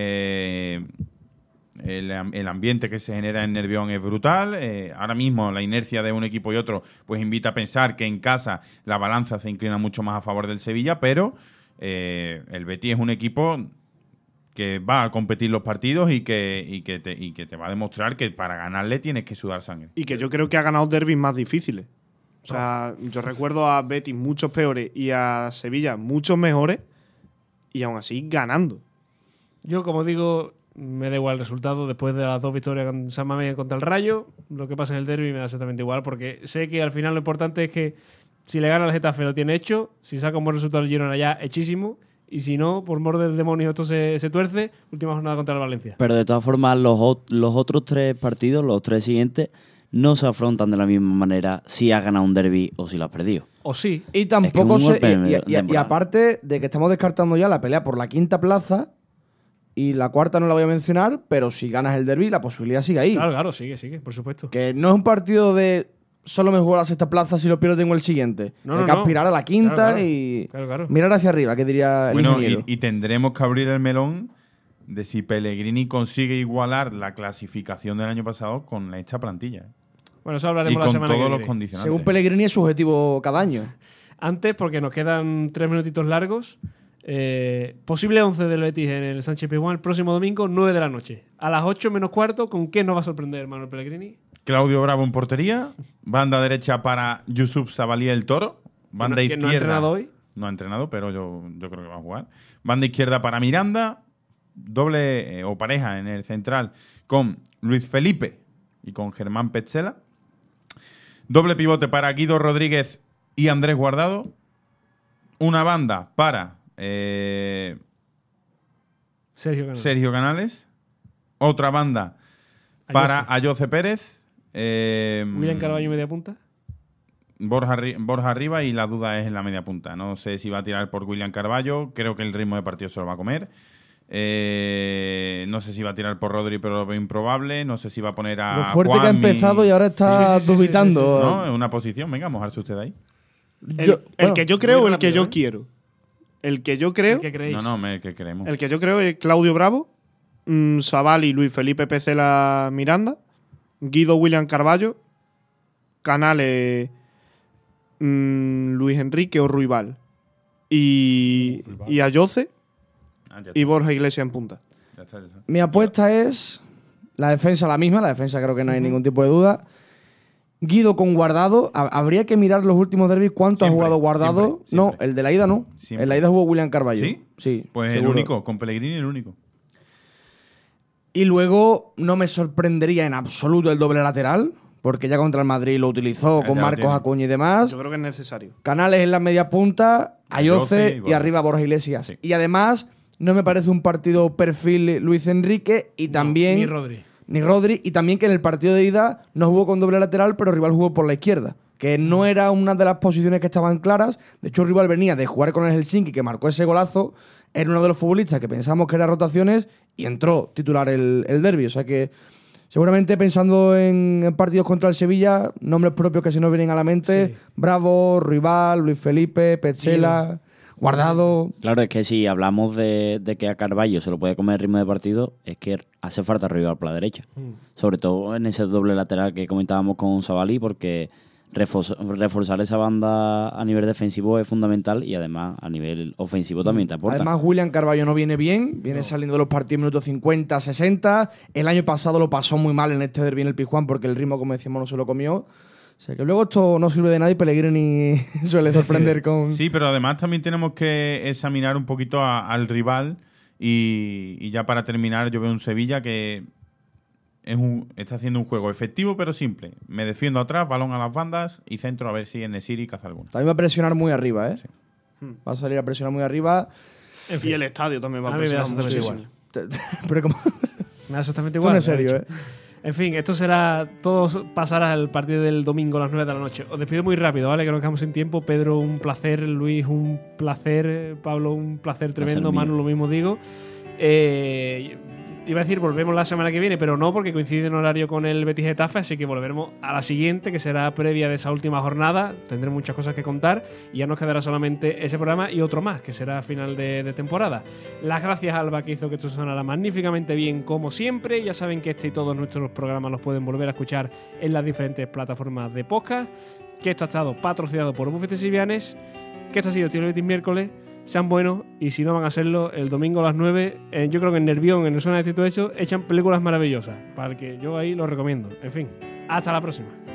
el ambiente que se genera en Nervión es brutal. Ahora mismo la inercia de un equipo y otro pues invita a pensar que en casa la balanza se inclina mucho más a favor del Sevilla, pero el Betis es un equipo que va a competir los partidos y que te va a demostrar que para ganarle tienes que sudar sangre. Y que yo creo que ha ganado derbis más difíciles. O sea, yo recuerdo a Betis muchos peores y a Sevilla muchos mejores, y aún así ganando. Yo, como digo, me da igual el resultado. Después de las 2 victorias con San Mamés contra el Rayo, lo que pasa en el derbi me da exactamente igual, porque sé que al final lo importante es que si le gana al Getafe lo tiene hecho, si saca un buen resultado el Girona ya hechísimo, y si no, por mor del demonio esto se tuerce, última jornada contra el Valencia. Pero de todas formas, los otros 3 partidos, los 3 siguientes, no se afrontan de la misma manera si has ganado un derbi o si lo has perdido. O sí. Y tampoco Es que un golpe y aparte de que estamos descartando ya la pelea por la 5ª plaza, y la 4ª no la voy a mencionar, pero si ganas el derbi, la posibilidad sigue ahí. Claro, sigue, por supuesto. Que no es un partido de solo me juego a la 6ª plaza, si lo pierdo tengo el siguiente. Hay que aspirar a la 5ª y mirar hacia arriba, que diría el ingeniero. Y tendremos que abrir el melón de si Pellegrini consigue igualar la clasificación del año pasado con esta plantilla. Bueno, eso hablaremos y la con semana que todos viene. los condicionantes. Según Pellegrini es su objetivo cada año. Antes, porque nos quedan 3 minutitos largos, posible 11 del Betis en el Sánchez Pizjuán el próximo domingo, 9 de la noche. A las 8 menos cuarto, ¿con qué nos va a sorprender Manuel Pellegrini? Claudio Bravo en portería, banda derecha para Yusuf Sabalí el Toro, banda izquierda. ¿No ha entrenado hoy? No ha entrenado, pero yo creo que va a jugar. Banda izquierda para Miranda, doble o pareja en el central con Luis Felipe y con Germán Petzela. Doble pivote para Guido Rodríguez y Andrés Guardado. Una banda para Sergio Canales. Otra banda para Ayoce Pérez. William Carballo media punta. Borja arriba, y la duda es en la media punta. No sé si va a tirar por William Carballo. Creo que el ritmo de partido se lo va a comer. No sé si va a tirar por Rodri, pero lo veo improbable. No sé si va a poner a Lo fuerte Juanmi. que ha empezado y ahora está dubitando. ¿No? En una posición. Venga, mojarse usted ahí. El que yo creo o el que yo quiero. El que yo creo. ¿Qué creéis? El que creemos. El que yo creo es Claudio Bravo, Savali, Luis Felipe Pecela Miranda, Guido William Carballo, Canales, Luis Enrique o Ruibal. Y Ayoce y Borja Iglesias en punta. Ya está. Mi apuesta es la defensa la misma. La defensa creo que no hay ningún tipo de duda. Guido con Guardado. Habría que mirar los últimos derbis. ¿Cuánto ha jugado Guardado? Siempre. No, el de la ida no. Siempre. En la ida jugó William Carballo. ¿Sí? Sí. Pues seguro. el único. Con Pellegrini el único. Y luego no me sorprendería en absoluto el doble lateral, porque ya contra el Madrid lo utilizó con ya lo Marcos tiene. Acuña y demás. Yo creo que es necesario. Canales en la media punta, Ayoce y Borja. arriba Borja Iglesias. Sí. Y además no me parece un partido perfil Luis Enrique y también... Ni Rodri. Ni Rodri, y también que en el partido de ida no jugó con doble lateral, pero Rival jugó por la izquierda, que no era una de las posiciones que estaban claras. De hecho, Rival venía de jugar con el Helsinki, que marcó ese golazo, era uno de los futbolistas que pensamos que era rotaciones, y entró titular el derbi. O sea que seguramente pensando en partidos contra el Sevilla, nombres propios que se nos vienen a la mente: Sí. Bravo, Rival, Luis Felipe, Petzela, Guardado. Claro, es que si hablamos de que a Carballo se lo puede comer el ritmo de partido, es que hace falta Rival por la derecha. Sobre todo en ese doble lateral que comentábamos con Sabalí, porque reforzar esa banda a nivel defensivo es fundamental, y además a nivel ofensivo también te aporta. Además, William Carballo no viene bien, viene saliendo de los partidos minutos 50, 60. El año pasado lo pasó muy mal en este derbi en el Pizjuán porque el ritmo, como decíamos, no se lo comió. O sea que luego esto no sirve de nada y Pellegrini suele sorprender con... Sí, pero además también tenemos que examinar un poquito al rival, y ya para terminar yo veo un Sevilla que está haciendo un juego efectivo pero simple. Me defiendo atrás, balón a las bandas y centro a ver si en Nesiri caza alguno. También va a presionar muy arriba, ¿eh? Va a salir a presionar muy arriba. En fin, Y el estadio también va a A mí me da presionar exactamente muchísimo. Pero como... me da exactamente Esto igual. no es serio, lo he ¿eh? dicho. En fin, esto todo pasará al partido del domingo a las 9 de la noche. Os despido muy rápido, ¿vale? Que nos quedamos sin tiempo. Pedro, un placer. Luis, un placer. Pablo, un placer tremendo. Placer mío. Manu, lo mismo digo. Iba a decir volvemos la semana que viene, pero no, porque coincide en horario con el Betis Getafe, así que volveremos a la siguiente, que será previa de esa última jornada. Tendré muchas cosas que contar y ya nos quedará solamente ese programa y otro más, que será a final de temporada. Las gracias a Alba, que hizo que esto sonara magníficamente bien, como siempre. Ya saben que este y todos nuestros programas los pueden volver a escuchar en las diferentes plataformas de podcast, que esto ha estado patrocinado por Bufetes y Vianes, que esto ha sido Tío Betis Miércoles. Sean buenos, y si no van a hacerlo, el domingo a las 9, yo creo que en Nervión, en el Zona de Tito Hecho, echan películas maravillosas, para que yo ahí lo recomiendo. En fin, hasta la próxima.